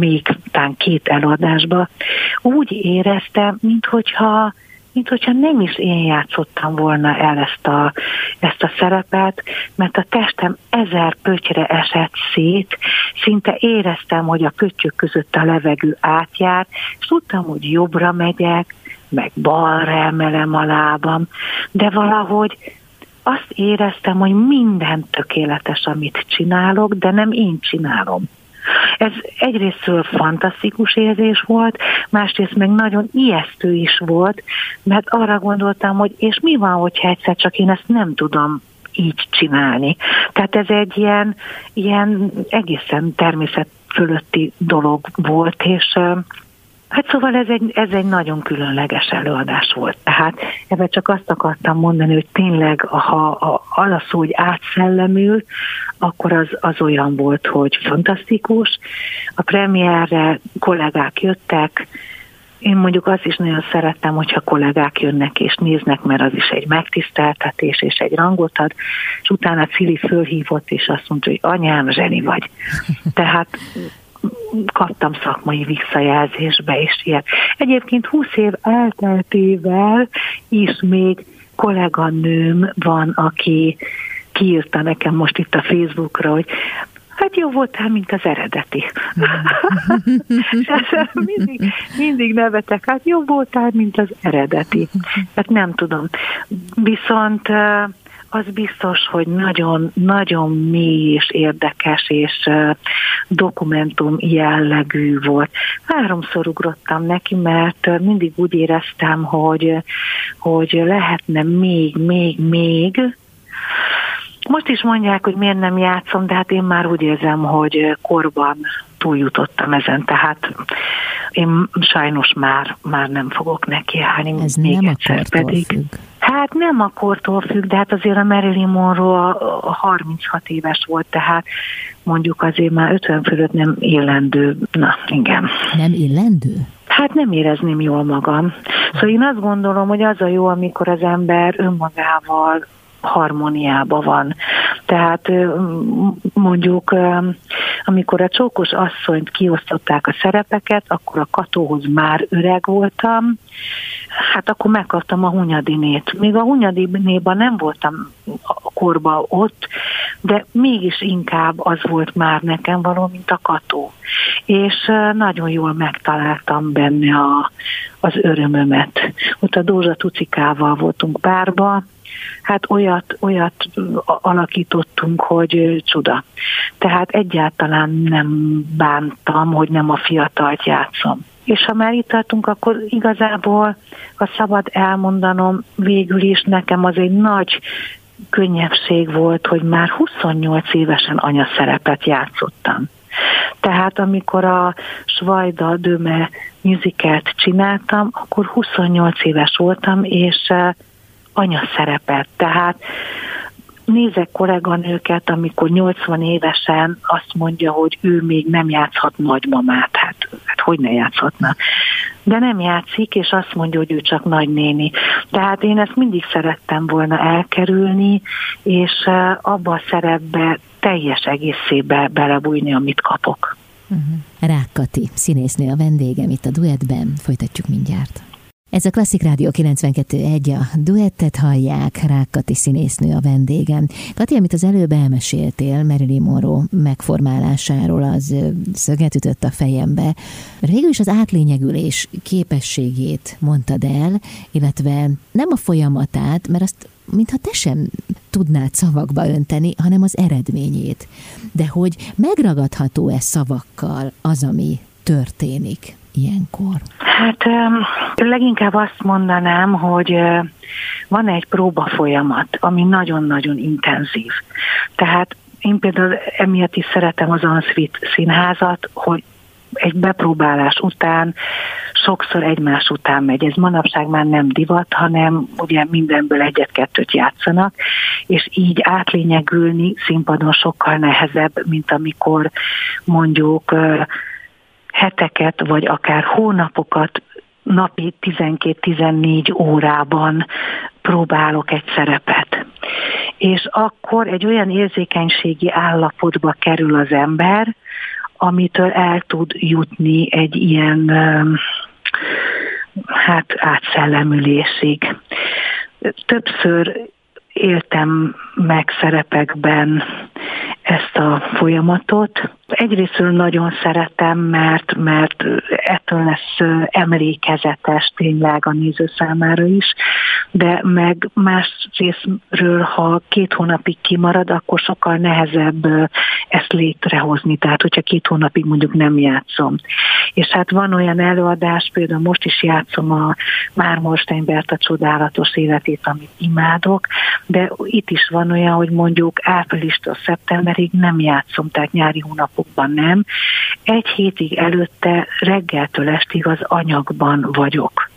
Speaker 3: tán 2 előadásba, úgy éreztem, minthogyha nem is én játszottam volna el ezt a szerepet, mert a testem 1000 pöttyre esett szét, szinte éreztem, hogy a pöttyök között a levegő átjár, és tudtam, hogy jobbra megyek, meg balra emelem a lábam, de valahogy azt éreztem, hogy minden tökéletes, amit csinálok, de nem én csinálom. Ez egyrésztről fantasztikus érzés volt, másrészt meg nagyon ijesztő is volt, mert arra gondoltam, hogy és mi van, hogyha egyszer csak én ezt nem tudom így csinálni. Tehát ez egy ilyen egészen természet fölötti dolog volt, és hát szóval ez egy nagyon különleges előadás volt. Tehát ebben csak azt akartam mondani, hogy tényleg, ha az a szó, hogy átszellemül, akkor az olyan volt, hogy fantasztikus. A premierre kollégák jöttek, én mondjuk azt is nagyon szerettem, hogyha kollégák jönnek és néznek, mert az is egy megtiszteltetés és egy rangot ad, és utána Cili fölhívott, és azt mondta, hogy anyám, zseni vagy. Tehát kaptam szakmai visszajelzésbe is ilyet. Egyébként 20 év elteltével is még kolléganőm van, aki kiírta nekem most itt a Facebookra, hogy hát jó voltál, mint az eredeti. mindig nevetek, hát jó voltál, mint az eredeti. Hát nem tudom. Viszont az biztos, hogy nagyon, nagyon mély és érdekes és dokumentum jellegű volt. 3-szor ugrottam neki, mert mindig úgy éreztem, hogy lehetne még. Most is mondják, hogy miért nem játszom, de hát én már úgy érzem, hogy korban túljutottam ezen, tehát én sajnos már nem fogok nekiállni.
Speaker 2: Ez még nem a kortól függ.
Speaker 3: Hát nem a kortól függ, de hát azért a Marilyn Monroe 36 éves volt, tehát mondjuk azért már 50 fölött nem illendő. Na, igen.
Speaker 2: Nem illendő?
Speaker 3: Hát nem érezném jól magam. Szóval én azt gondolom, hogy az a jó, amikor az ember önmagával harmóniában van. Tehát mondjuk, amikor a Csókos asszonyt kiosztották a szerepeket, akkor a Katóhoz már öreg voltam, hát akkor megkaptam a Hunyadinét. Még a Hunyadinéban nem voltam korban ott, de mégis inkább az volt már nekem való, mint a Kató. És nagyon jól megtaláltam benne az örömömet. Ott a Dózsa Tucikával voltunk párba, hát olyat alakítottunk, hogy csuda. Tehát egyáltalán nem bántam, hogy nem a fiatalt játszom. És ha már itt tartunk, akkor igazából, ha szabad elmondanom, végül is nekem az egy nagy könnyebbség volt, hogy már 28 évesen anyaszerepet játszottam. Tehát amikor a Svajda Döme musicalt csináltam, akkor 28 éves voltam, és anyaszerepet. Tehát nézek kolléganőket, amikor 80 évesen azt mondja, hogy ő még nem játszhat nagymamát. Hát hogy ne játszhatna? De nem játszik, és azt mondja, hogy ő csak nagynéni. Tehát én ezt mindig szerettem volna elkerülni, és abba a szerepbe teljes egészébe belebújni, amit kapok.
Speaker 2: Rák Kati, színésznő a vendégem itt a Duettben. Folytatjuk mindjárt. Ez a Klasszik Rádió 92.1, a Duettet hallják, Rák Kati színésznő a vendégem. Kati, amit az előbb elmeséltél Marilyn Monroe megformálásáról, az szöget ütött a fejembe. Végül is az átlényegülés képességét mondtad el, illetve nem a folyamatát, mert azt mintha te sem tudnád szavakba önteni, hanem az eredményét. De hogy megragadható-e szavakkal az, ami történik ilyenkor?
Speaker 3: Hát leginkább azt mondanám, hogy van egy próbafolyamat, ami nagyon-nagyon intenzív. Tehát én például emiatt is szeretem az Ansvit színházat, hogy egy bepróbálás után sokszor egymás után megy. Ez manapság már nem divat, hanem ugye mindenből egyet-kettőt játszanak, és így átlényegülni színpadon sokkal nehezebb, mint amikor mondjuk heteket, vagy akár hónapokat napi 12-14 órában próbálok egy szerepet. És akkor egy olyan érzékenységi állapotba kerül az ember, amitől el tud jutni egy ilyen átszellemülésig. Többször éltem meg szerepekben ezt a folyamatot. Egyrésztről nagyon szeretem, mert ettől lesz emlékezetes tényleg a néző számára is, de meg másrésztről, ha 2 hónapig kimarad, akkor sokkal nehezebb ezt létrehozni, tehát hogyha 2 hónapig mondjuk nem játszom. És hát van olyan előadás, például most is játszom a Mármorstein Berta csodálatos életét, amit imádok, de itt is van olyan, hogy mondjuk áprilistól szeptemberig nem játszom, tehát nyári hónapokban nem. 1 hétig előtte reggeltől estig az anyagban vagyok,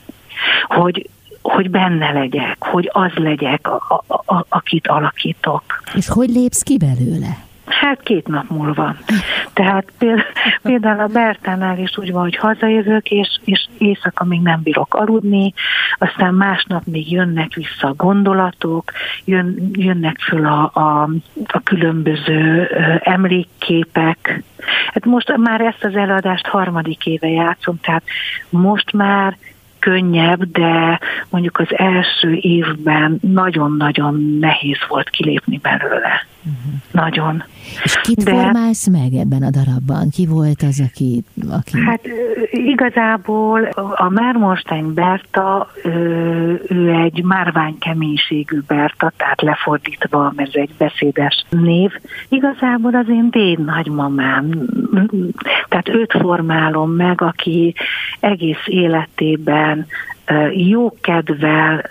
Speaker 3: hogy benne legyek, hogy az legyek, akit alakítok. És
Speaker 2: hogy lépsz ki belőle?
Speaker 3: Hát 2 nap múlva. Tehát például a Bertánál is úgy van, hogy hazajövök, és éjszaka még nem bírok aludni, aztán másnap még jönnek vissza a gondolatok, jönnek föl a különböző emlékképek. Hát most már ezt az előadást 3. éve játszom, tehát most már könnyebb, de mondjuk az első évben nagyon-nagyon nehéz volt kilépni belőle. Nagyon.
Speaker 2: És kit formálsz meg ebben a darabban? Ki volt az, aki...
Speaker 3: Hát igazából a Mármorstein Berta, ő egy márvány keménységű Berta, tehát lefordítva, ez egy beszédes név. Igazából az én dédnagymamám. Tehát őt formálom meg, aki egész életében jókedvel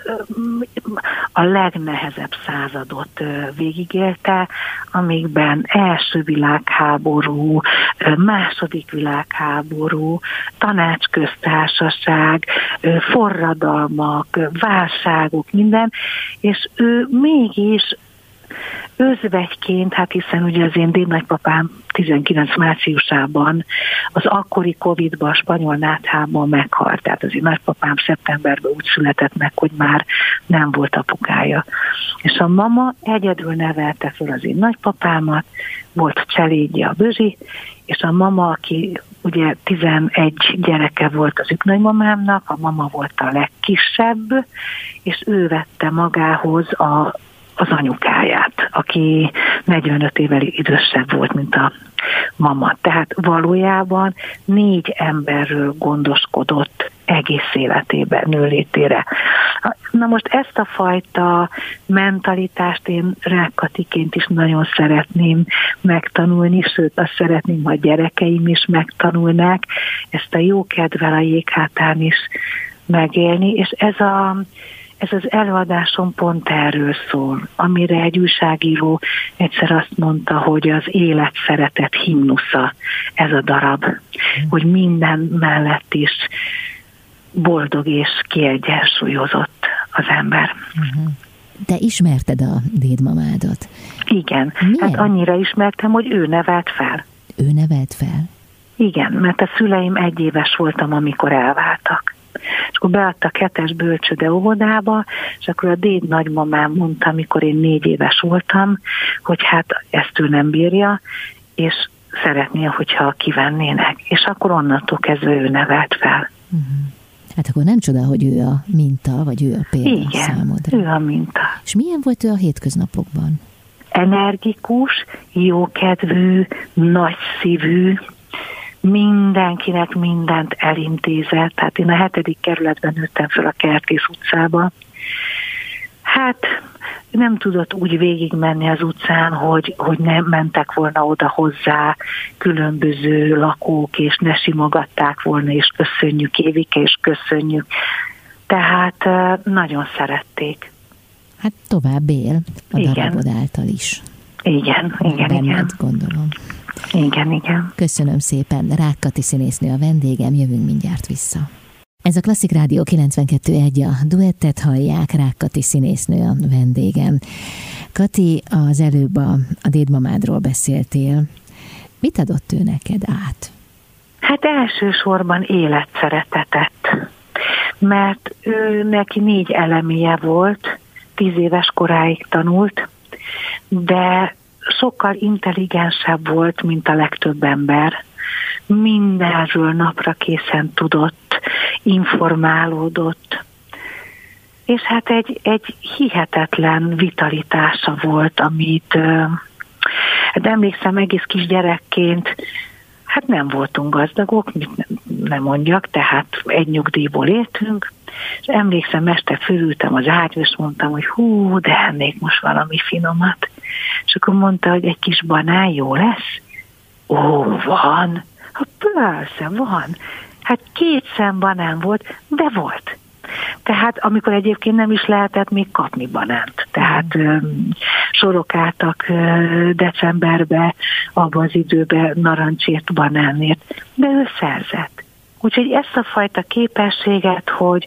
Speaker 3: a legnehezebb századot végigélte, amikben első világháború, második világháború, tanácsköztársaság, forradalmak, válságok, minden, és ő mégis özvegyként, hát hiszen ugye az én dédnagypapám 19 márciusában az akkori Covid-ban, a spanyol náthában meghalt. Tehát az én nagypapám szeptemberben úgy született meg, hogy már nem volt apukája. És a mama egyedül nevelte föl az én nagypapámat, volt cselédje a Bözsi, és a mama, aki ugye 11 gyereke volt az nagymamámnak, a mama volt a legkisebb, és ő vette magához az anyukáját, aki 45 évvel idősebb volt, mint a mama. Tehát valójában 4 emberről gondoskodott egész életében, nőlétére. Na most ezt a fajta mentalitást én Rákkatiként is nagyon szeretném megtanulni, sőt azt szeretném, ha a gyerekeim is megtanulnák, ezt a jókedvel a jéghátán is megélni, és ez az előadásom pont erről szól, amire egy újságíró egyszer azt mondta, hogy az élet szeretet himnusza ez a darab, hogy minden mellett is boldog és kiegyensúlyozott az ember.
Speaker 2: Te ismerted a dédmamádat?
Speaker 3: Igen, hát annyira ismertem, hogy ő nevelt fel.
Speaker 2: Ő nevelt fel?
Speaker 3: Igen, mert a szüleim 1 éves voltam, amikor elváltak. És akkor beadtak 2-es bölcsőde óvodába, és akkor a dédnagymamám mondta, amikor én 4 éves voltam, hogy hát ezt ő nem bírja, és szeretné, hogyha kivennének. És akkor onnantól kezdve ő nevelt fel.
Speaker 2: Hát akkor nem csoda, hogy ő a minta, vagy ő a példa számodra.
Speaker 3: Igen, ő a minta.
Speaker 2: És milyen volt ő a hétköznapokban?
Speaker 3: Energikus, jókedvű, nagyszívű, mindenkinek mindent elintézett. Hát én a 7. kerületben nőttem föl a Kertész utcába. Hát nem tudott úgy végigmenni az utcán, hogy nem mentek volna oda hozzá különböző lakók, és ne simogatták volna, és köszönjük Évike, és köszönjük. Tehát nagyon szerették.
Speaker 2: Hát tovább él a darabod által is.
Speaker 3: Igen.
Speaker 2: Gondolom.
Speaker 3: Igen.
Speaker 2: Köszönöm szépen. Rák Kati színésznő a vendégem, jövünk mindjárt vissza. Ez a Klasszik Rádió 92.1, a duettet hallják, Rák Kati színésznő a vendégem. Kati, az előbb a dédmamádról beszéltél. Mit adott ő neked át?
Speaker 3: Hát elsősorban életszeretetet, mert ő neki 4 eleméje volt, 10 éves koráig tanult, de sokkal intelligensebb volt, mint a legtöbb ember. mindenről napra készen tudott, informálódott. És hát egy hihetetlen vitalitása volt, amit hát emlékszem egész kisgyerekként, hát nem voltunk gazdagok, nem mondjak, tehát egy nyugdíjból éltünk, és emlékszem, este fölültem az ágyba, és mondtam, hogy hú, de ennék most valami finomat. És akkor mondta, hogy egy kis banán jó lesz? Ó, van. Hát persze, van. Hát 2 szem banán volt, de volt. Tehát amikor egyébként nem is lehetett még kapni banánt. Tehát sorok álltak decemberbe, abban az időben narancsért, banánért, de ő szerzett. Úgyhogy ezt a fajta képességet,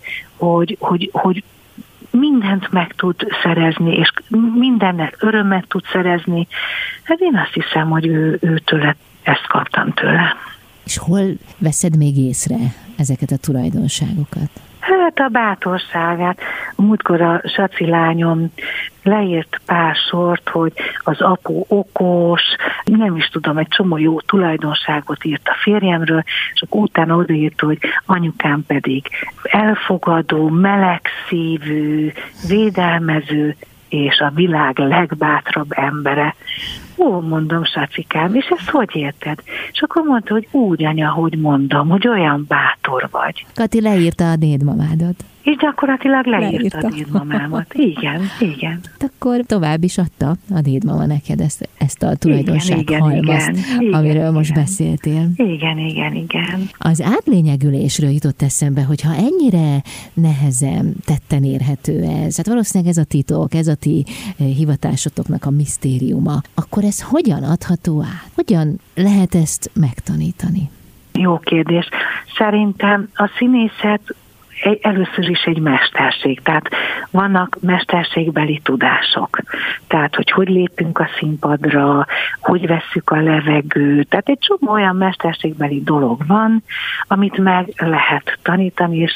Speaker 3: hogy mindent meg tud szerezni, és mindennel örömet tud szerezni, hát én azt hiszem, hogy őtől ezt kaptam tőle.
Speaker 2: És hol veszed még észre ezeket a tulajdonságokat?
Speaker 3: Hát a bátorságát. Múltkor a Saci lányom leírt pár sort, hogy az apu okos, nem is tudom, egy csomó jó tulajdonságot írt a férjemről, és akkor utána odaírt, hogy anyukám pedig elfogadó, melegszívű, védelmező, és a világ legbátrabb embere. Ó, mondom, Sacikám, és ezt hogy érted? És akkor mondta, hogy úgy, anya, hogy mondom, hogy olyan bátor vagy.
Speaker 2: Kati leírta a dédmamádat.
Speaker 3: És gyakorlatilag leírta a dédmamámat. Igen.
Speaker 2: Akkor tovább is adta a dédmama neked ezt a tulajdonsághalmazt, amiről most beszéltél.
Speaker 3: Igen.
Speaker 2: Az átlényegülésről jutott eszembe, hogy ha ennyire nehezen tetten érhető ez, hát valószínűleg ez a titok, ez a ti hivatásotoknak a misztériuma, akkor ez hogyan adható át? Hogyan lehet ezt megtanítani?
Speaker 3: Jó kérdés. Szerintem a színészet először is egy mesterség, tehát vannak mesterségbeli tudások, tehát hogy lépünk a színpadra, hogy vesszük a levegőt, tehát egy csomó olyan mesterségbeli dolog van, amit meg lehet tanítani, és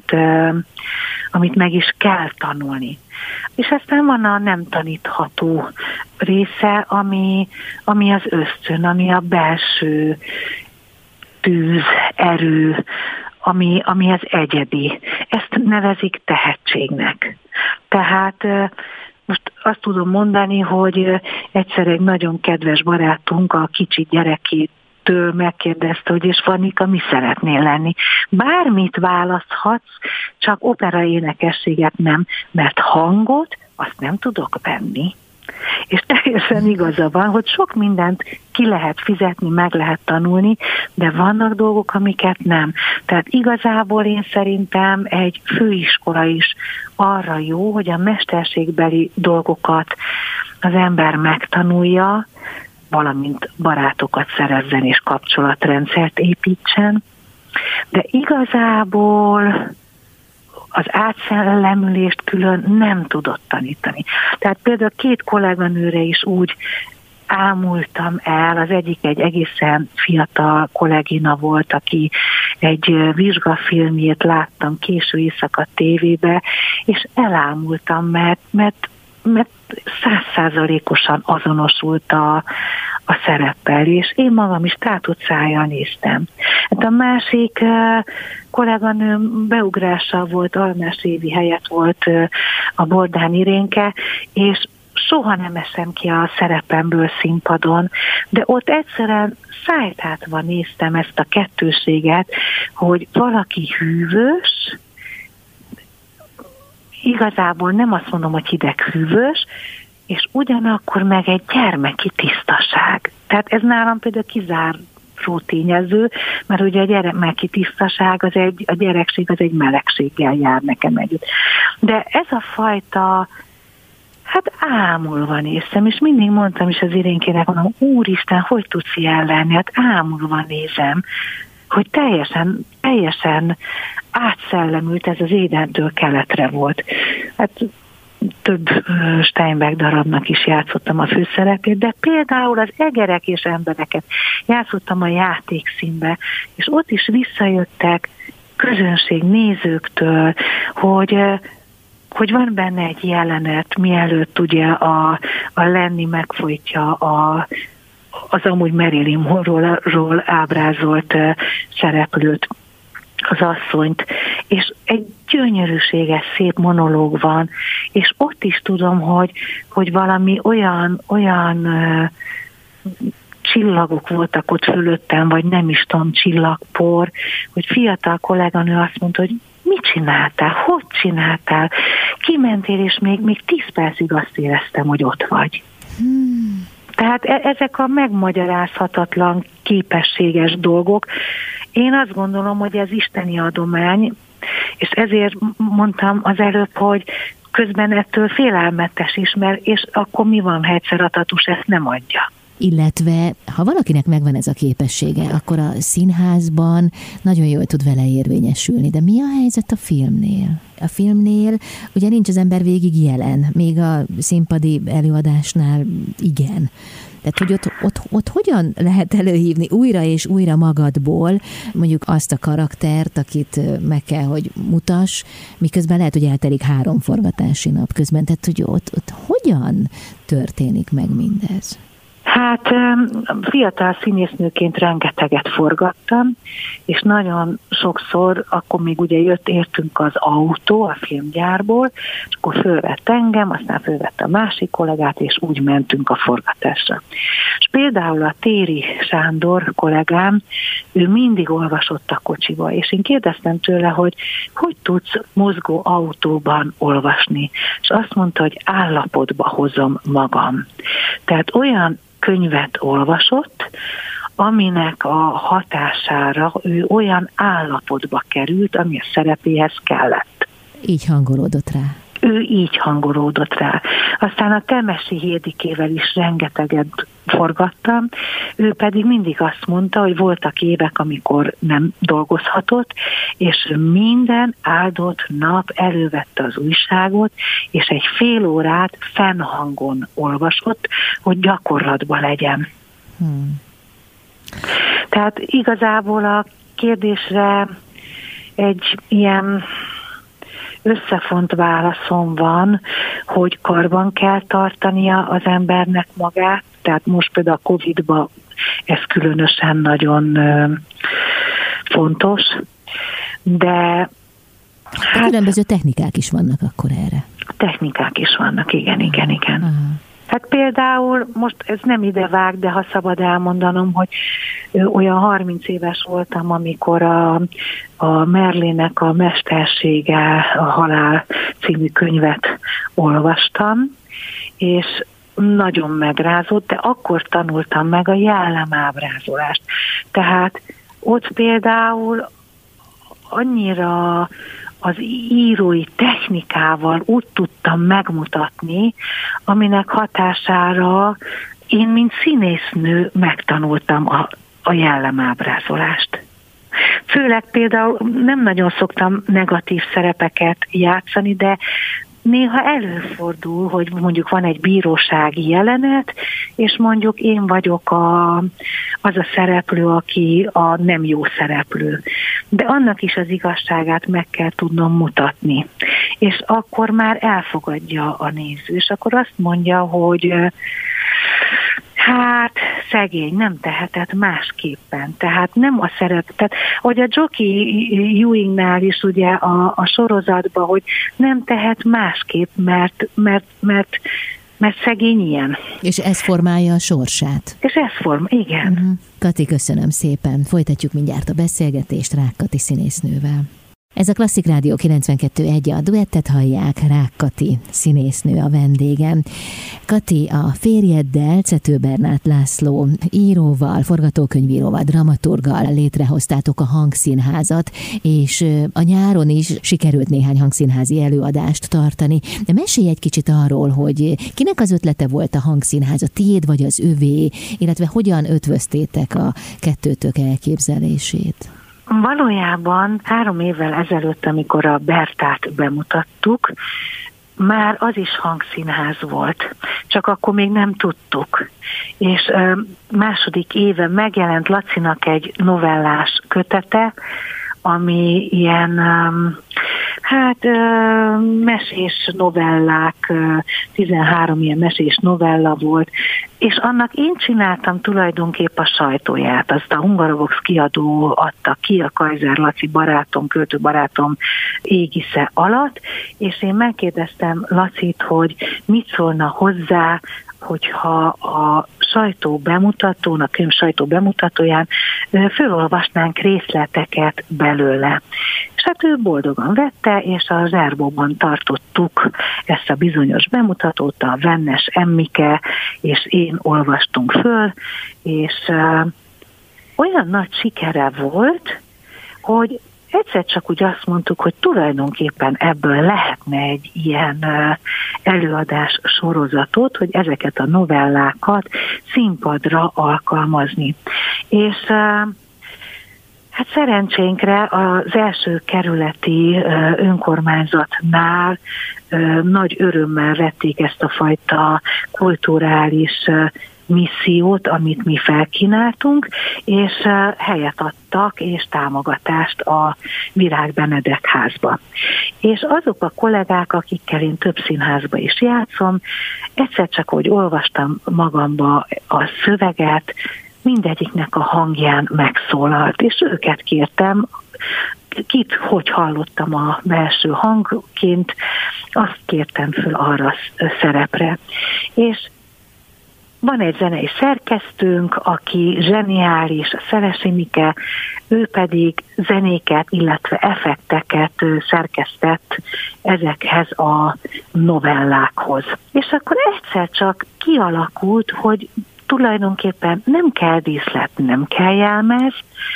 Speaker 3: amit meg is kell tanulni. És aztán van a nem tanítható része, ami az ösztön, ami a belső tűz, erő, ami az egyedi. Ezt nevezik tehetségnek. Tehát most azt tudom mondani, hogy egyszer egy nagyon kedves barátunk a kicsi gyerekétől megkérdezte, hogy és Fannika, mi szeretnél lenni? Bármit választhatsz, csak operaénekességet nem, mert hangot azt nem tudok venni. És teljesen igaza van, hogy sok mindent ki lehet fizetni, meg lehet tanulni, de vannak dolgok, amiket nem. Tehát igazából én szerintem egy főiskola is arra jó, hogy a mesterségbeli dolgokat az ember megtanulja, valamint barátokat szerezzen és kapcsolatrendszert építsen, de igazából az átszellemülést külön nem tudott tanítani. Tehát például 2 kolléganőre is úgy ámultam el, az egyik egy egészen fiatal kollégina volt, aki egy vizsgafilmjét láttam késő éjszaka tévébe, és elámultam, mert 100%-osan azonosult a szereppel, és én magam is tátott szájjal néztem. Hát a másik kolléganőm beugrása volt, Almás Évi helyett volt a Bordán Irénke, és soha nem eszem ki a szerepemből színpadon, de ott egyszerűen szájtátva néztem ezt a kettőséget, hogy valaki hűvös, igazából nem azt mondom, hogy hideg-hűvös, és ugyanakkor meg egy gyermeki tisztaság. Tehát ez nálam például kizáró tényező, mert ugye a gyermeki tisztaság, a gyerekség az egy melegséggel jár nekem együtt. De ez a fajta, hát ámulva néztem, és mindig mondtam is az Irénkének, mondom, úristen, hogy tudsz ilyen lenni? Hát ámulva nézem, hogy teljesen átszellemült, ez az Édentől keletre volt. Hát több Steinbeck darabnak is játszottam a főszerepét, de például az Egerek és embereket játszottam a játékszínbe, és ott is visszajöttek közönség nézőktől, hogy van benne egy jelenet, mielőtt ugye a Lenny megfojtja az amúgy Marilyn Monroe-ról ábrázolt szereplőt, az asszonyt, és egy gyönyörűséges, szép monológ van, és ott is tudom, hogy valami olyan csillagok voltak ott fölöttem, vagy nem is tudom, csillagpor, hogy fiatal kolléganő azt mondta, hogy mit csináltál, hogy csináltál, kimentél, és még 10 percig azt éreztem, hogy ott vagy. Tehát ezek a megmagyarázhatatlan, képességes dolgok. Én azt gondolom, hogy ez isteni adomány, és ezért mondtam az előbb, hogy közben ettől félelmetes is, és akkor mi van, ha egyszer a tatus ezt nem adja.
Speaker 2: Illetve, ha valakinek megvan ez a képessége, akkor a színházban nagyon jól tud vele érvényesülni. De mi a helyzet a filmnél? A filmnél ugye nincs az ember végig jelen, még a színpadi előadásnál igen. Tehát, hogy ott hogyan lehet előhívni újra és újra magadból mondjuk azt a karaktert, akit meg kell, hogy mutass, miközben lehet, hogy eltelik 3 forgatási nap közben. Tehát, hogy ott hogyan történik meg mindez?
Speaker 3: Hát fiatal színésznőként rengeteget forgattam, és nagyon sokszor, akkor még ugye értünk az autó a filmgyárból, és akkor fölvett engem, aztán fölvett a másik kollégát, és úgy mentünk a forgatásra. És például a Téri Sándor kollégám, ő mindig olvasott a kocsiba, és én kérdeztem tőle, hogy tudsz mozgó autóban olvasni, és azt mondta, hogy állapotba hozom magam. Tehát olyan könyvet olvasott, aminek a hatására ő olyan állapotba került, ami a szerepéhez kellett.
Speaker 2: Így hangolódott rá.
Speaker 3: Ő így hangolódott rá. Aztán a Temesi Hédikével is rengeteget forgattam, ő pedig mindig azt mondta, hogy voltak évek, amikor nem dolgozhatott, és minden áldott nap elővette az újságot, és egy fél órát fennhangon olvasott, hogy gyakorlatban legyen. Tehát igazából a kérdésre egy ilyen összefont válaszom van, hogy karban kell tartania az embernek magát, tehát most például a Covid-ban ez különösen nagyon fontos, de
Speaker 2: különböző technikák is vannak akkor erre.
Speaker 3: Technikák is vannak, igen. Hát például, most ez nem idevág, de ha szabad elmondanom, hogy olyan 30 éves voltam, amikor a Merlinnek a Mestersége, a halál című könyvet olvastam, és nagyon megrázott, de akkor tanultam meg a jellemábrázolást. Tehát ott például annyira az írói technikával úgy tudtam megmutatni, aminek hatására én, mint színésznő megtanultam a jellemábrázolást. Főleg például nem nagyon szoktam negatív szerepeket játszani, de néha előfordul, hogy mondjuk van egy bírósági jelenet, és mondjuk én vagyok az a szereplő, aki a nem jó szereplő. De annak is az igazságát meg kell tudnom mutatni. És akkor már elfogadja a néző, és akkor azt mondja, hogy hát szegény, nem tehetett másképpen. Tehát nem a szerep, tehát hogy a Jockey Ewingnál is ugye a sorozatban, hogy nem tehet másképp, mert szegény ilyen.
Speaker 2: És ez formálja a sorsát.
Speaker 3: És ez igen.
Speaker 2: Kati, köszönöm szépen. Folytatjuk mindjárt a beszélgetést Rák Kati színésznővel. Ez a Klasszik Rádió 92.1, a duettet hallják, Rák Kati színésznő a vendégem. Kati, a férjeddel, Czető Bernát László íróval, forgatókönyvíróval, dramaturggal létrehoztátok a hangszínházat, és a nyáron is sikerült néhány hangszínházi előadást tartani. De mesélj egy kicsit arról, hogy kinek az ötlete volt a hangszínház, a tiéd vagy az övé, illetve hogyan ötvöztétek a kettőtök elképzelését?
Speaker 3: Valójában 3 évvel ezelőtt, amikor a Bertát bemutattuk, már az is hangszínház volt, csak akkor még nem tudtuk. És második éve megjelent Lacinak egy novellás kötete, ami ilyen mesés novellák, 13 ilyen mesés novella volt, és annak én csináltam tulajdonképp a sajtóját, azt a Hungarovox kiadó adta ki, a Kaiser Laci barátom, költő barátom égisze alatt, és én megkérdeztem Lacit, hogy mit szólna hozzá, hogyha a sajtó bemutatón, a könyv sajtó bemutatóján fölolvasnánk részleteket belőle. És hát ő boldogan vette, és a Zsárbóban tartottuk ezt a bizonyos bemutatót, a Vennes Emmike, és én olvastunk föl, és olyan nagy sikere volt, hogy egyszer csak úgy azt mondtuk, hogy tulajdonképpen ebből lehetne egy ilyen előadás sorozatot, hogy ezeket a novellákat színpadra alkalmazni. És hát szerencsénkre az első kerületi önkormányzatnál nagy örömmel vették ezt a fajta kulturális missziót, amit mi felkínáltunk, és helyet adtak és támogatást a Virág Benedek házba. És azok a kollégák, akikkel én több színházba is játszom, egyszer csak, hogy olvastam magamba a szöveget, mindegyiknek a hangján megszólalt, és őket kértem, kit hogy hallottam a belső hangként, azt kértem föl arra szerepre. És van egy zenei szerkesztőnk, aki zseniális, a Szelesi Mike, ő pedig zenéket, illetve effekteket szerkesztett ezekhez a novellákhoz. És akkor egyszer csak kialakult, hogy tulajdonképpen nem kell díszlet, nem kell jelmez,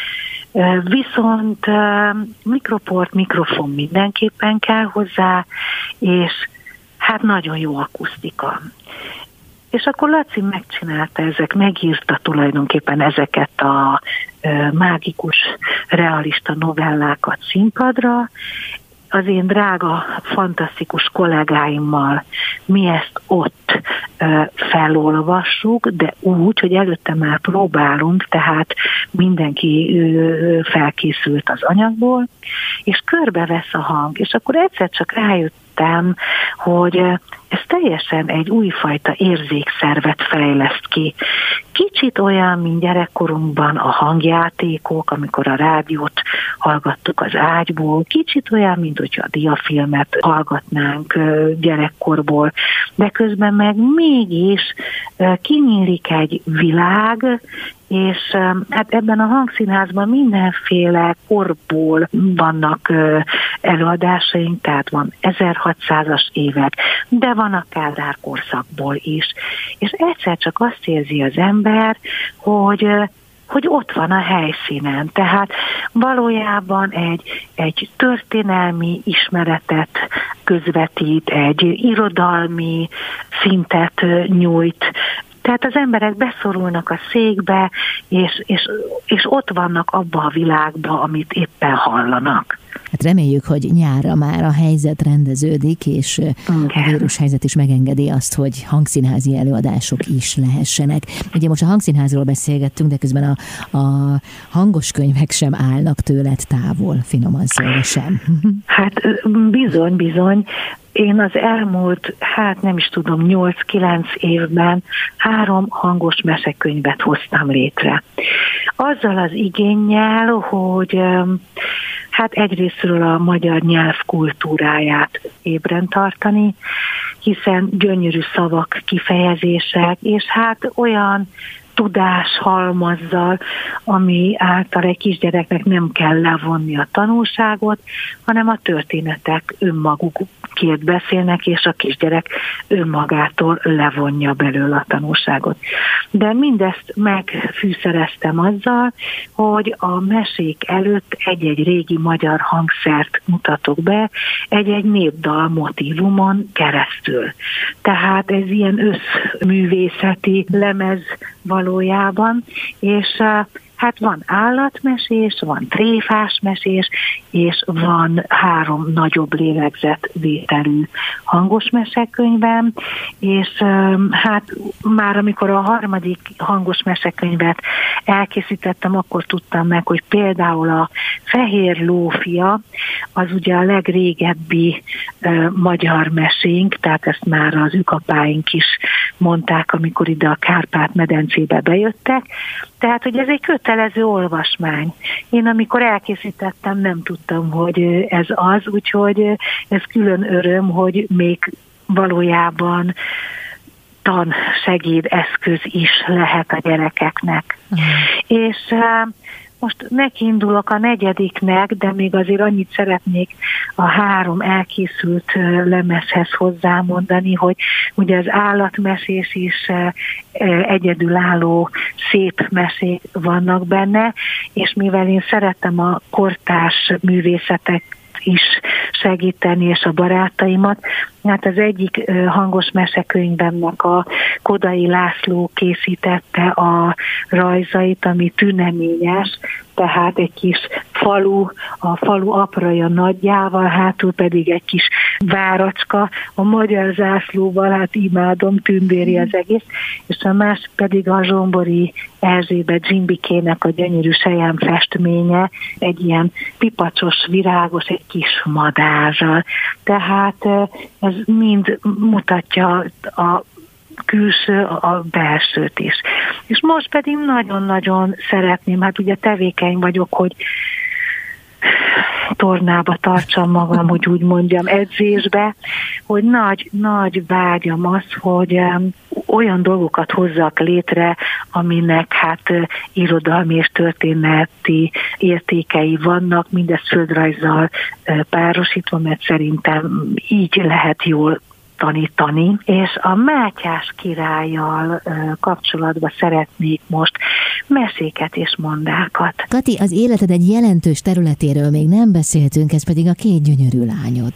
Speaker 3: viszont mikroport, mikrofon mindenképpen kell hozzá, és hát nagyon jó akusztika. És akkor Laci megcsinálta megírta tulajdonképpen ezeket a mágikus, realista novellákat színpadra. Az én drága, fantasztikus kollégáimmal mi ezt ott felolvassuk, de úgy, hogy előtte már próbálunk, tehát mindenki felkészült az anyagból, és körbevesz a hang, és akkor egyszer csak rájöttem, hogy ez teljesen egy újfajta érzékszervet fejleszt ki. Kicsit olyan, mint gyerekkorunkban a hangjátékok, amikor a rádiót hallgattuk az ágyból, kicsit olyan, mint hogyha a diafilmet hallgatnánk gyerekkorból, de közben meg mégis kinyílik egy világ, és hát ebben a hangszínházban mindenféle korból vannak előadásaink, tehát van 1600-as évek, de van a Kádár korszakból is. És egyszer csak azt érzi az ember, hogy ott van a helyszínen. Tehát valójában egy történelmi ismeretet közvetít, egy irodalmi szintet nyújt. Tehát az emberek beszorulnak a székbe, és ott vannak abba a világba, amit éppen hallanak.
Speaker 2: Hát reméljük, hogy nyárra már a helyzet rendeződik, és a vírushelyzet is megengedi azt, hogy hangszínházi előadások is lehessenek. Ugye most a hangszínházról beszélgettünk, de közben a hangos könyvek sem állnak tőled távol, finoman szólva sem.
Speaker 3: Hát bizony. Én az elmúlt, nem is tudom, 8-9 évben 3 hangos mesekönyvet hoztam létre. Azzal az igénnyel, hogy egyrésztről a magyar nyelv kultúráját ébren tartani, hiszen gyönyörű szavak, kifejezések, és olyan tudáshalmazzal, ami által egy kisgyereknek nem kell levonni a tanulságot, hanem a történetek önmagukért beszélnek, és a kisgyerek önmagától levonja belőle a tanulságot. De mindezt megfűszereztem azzal, hogy a mesék előtt egy-egy régi magyar hangszert mutatok be, egy-egy népdal motívumon keresztül. Tehát ez ilyen összművészeti lemez valójában, és Hát van állatmesés, van tréfásmesés, és van 3 nagyobb lélegzetvételű hangos mesekönyvem, és hát már amikor a 3. hangos mesekönyvet elkészítettem, akkor tudtam meg, hogy például a Fehér lófia az ugye a legrégebbi magyar mesénk, tehát ezt már az ükapáink is mondták, amikor ide a Kárpát-medencébe bejöttek. Tehát, hogy ez egy kötelező olvasmány. Én amikor elkészítettem, nem tudtam, hogy ez az, úgyhogy ez külön öröm, hogy még valójában tansegéd eszköz is lehet a gyerekeknek. És most nekiindulok a 4. de még azért annyit szeretnék a 3 elkészült lemezhez hozzámondani, hogy ugye az állatmesés is egyedülálló szép mesék vannak benne, és mivel én szeretem a kortárs művészetek is segíteni, és a barátaimat. Hát az egyik hangos mesekönyvemnek a Kodai László készítette a rajzait, ami tüneményes, tehát egy kis falu, a falu apraja nagyjával, hátul pedig egy kis váracska, a magyar zászlóval, hát imádom, tündéri az egész, és a másik pedig a Zsombori Erzsébet Zsimbikének a gyönyörű selyem festménye, egy ilyen pipacsos, virágos, egy kis madárral. Tehát ez mind mutatja a külső, a belsőt is. És most pedig nagyon-nagyon szeretném, hát ugye tevékeny vagyok, hogy tornába tartsam magam, hogy úgy mondjam, edzésbe, hogy nagy vágyam az, hogy olyan dolgokat hozzak létre, aminek hát irodalmi és történeti értékei vannak, mindezt földrajzzal párosítva, mert szerintem így lehet jól tanítani, és a Mátyás királlyal kapcsolatban szeretnék most meséket és mondákat.
Speaker 2: Kati, az életed egy jelentős területéről még nem beszéltünk, ez pedig a 2 gyönyörű lányod.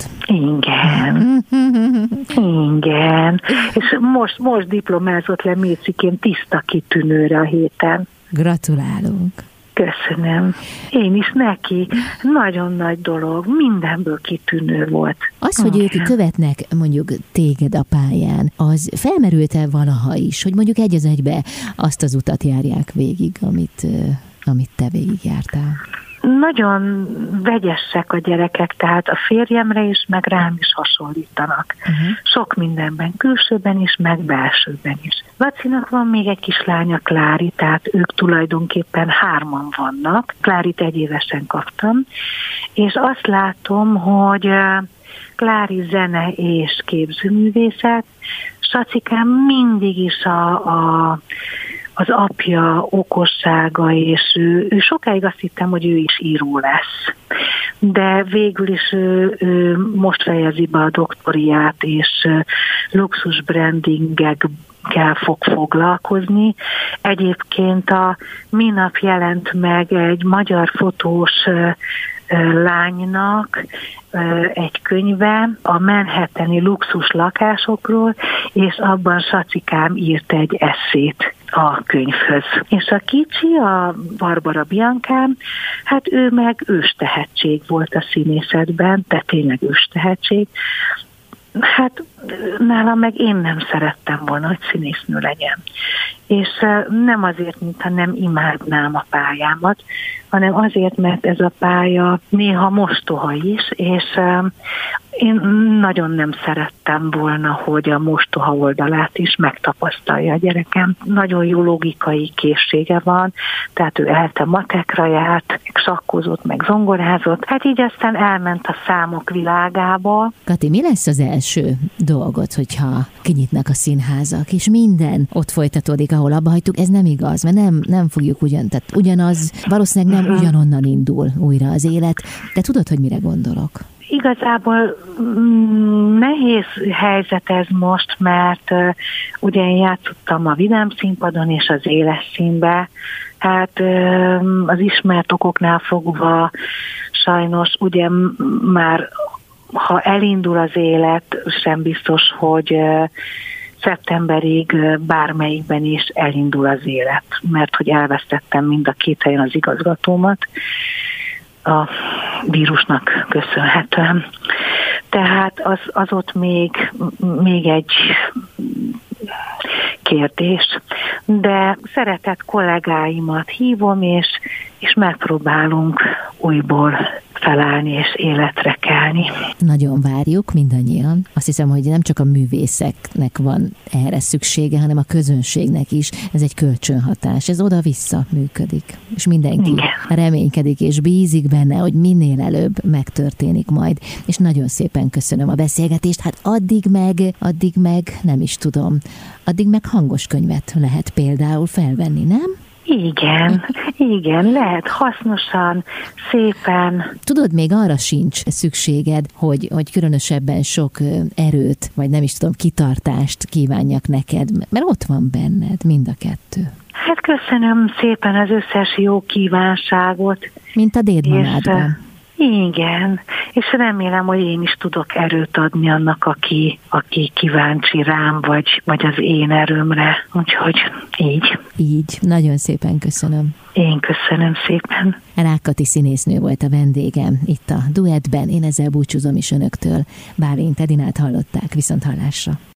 Speaker 3: Igen. És most diplomázott le Mécikén tiszta kitűnőre a héten.
Speaker 2: Gratulálunk.
Speaker 3: Köszönöm. Én is neki. Nagyon nagy dolog. Mindenből kitűnő volt.
Speaker 2: Az, hogy ők követnek mondjuk téged a pályán, az felmerült-e valaha is, hogy mondjuk egy az egybe azt az utat járják végig, amit te végigjártál?
Speaker 3: Nagyon vegyesek a gyerekek, tehát a férjemre is, meg rám is hasonlítanak. Sok mindenben, külsőben is, meg belsőben is. Lacinak van még egy kislánya, Klári, tehát ők tulajdonképpen 3 vannak. Klárit 1 évesen kaptam, és azt látom, hogy Klári zene és képzőművészet, Sacikám mindig is az apja okossága, és ő sokáig azt hittem, hogy ő is író lesz. De végül is ő most fejezi be a doktoriát, és luxus brandingekkel fog foglalkozni. Egyébként a minap jelent meg egy magyar fotós lánynak egy könyve a manhattani luxus lakásokról, és abban Sacikám írt egy esszét a könyvhöz. És a kicsi, a Barbara Biancám, hát ő meg őstehetség volt a színészetben, de tényleg őstehetség. Hát nálam meg én nem szerettem volna, hogy színésznő legyen. És nem azért, mintha nem imádnám a pályámat, hanem azért, mert ez a pálya néha mostoha is, és én nagyon nem szerettem volna, hogy a mostoha oldalát is megtapasztalja a gyerekem. Nagyon jó logikai készsége van, tehát ő elte matekra járt, sakkozott, meg zongorázott, hát így aztán elment a számok világába.
Speaker 2: Kati, mi lesz az első dolgot, hogyha kinyitnak a színházak, és minden ott folytatódik, ahol abba hagytuk? Ez nem igaz, mert nem fogjuk tehát ugyanaz, valószínűleg nem ugyanonnan indul újra az élet, de tudod, hogy mire gondolok?
Speaker 3: Igazából nehéz helyzet ez most, mert ugye én játszottam a Vidám Színpadon és az Éles Színbe. Hát az ismert okoknál fogva sajnos ugye már ha elindul az élet, sem biztos, hogy szeptemberig bármelyikben is elindul az élet, mert hogy elvesztettem mind a két helyen az igazgatómat a vírusnak köszönhetően. Tehát az ott még egy kérdés, de szeretett kollégáimat hívom, és megpróbálunk újból felállni és életre kelni.
Speaker 2: Nagyon várjuk mindannyian. Azt hiszem, hogy nem csak a művészeknek van erre szüksége, hanem a közönségnek is. Ez egy kölcsönhatás, ez oda-vissza működik. És mindenki reménykedik és bízik benne, hogy minél előbb megtörténik majd. És nagyon szépen köszönöm a beszélgetést. Hát addig meg nem is tudom, addig meg hangos könyvet lehet például felvenni, nem?
Speaker 3: Igen, lehet hasznosan, szépen.
Speaker 2: Tudod, még arra sincs szükséged, hogy különösebben sok erőt, vagy nem is tudom, kitartást kívánjak neked, mert ott van benned mind a kettő.
Speaker 3: Hát köszönöm szépen az összes jó kívánságot.
Speaker 2: Mint a dédmamádban.
Speaker 3: Igen, és remélem, hogy én is tudok erőt adni annak, aki kíváncsi rám, vagy az én erőmre. Úgyhogy így.
Speaker 2: Így. Nagyon szépen köszönöm.
Speaker 3: Én köszönöm szépen.
Speaker 2: Rákati színésznő volt a vendégem itt a Duettben. Én ezzel búcsúzom is önöktől. Bálint Edinát hallották, viszonthallásra.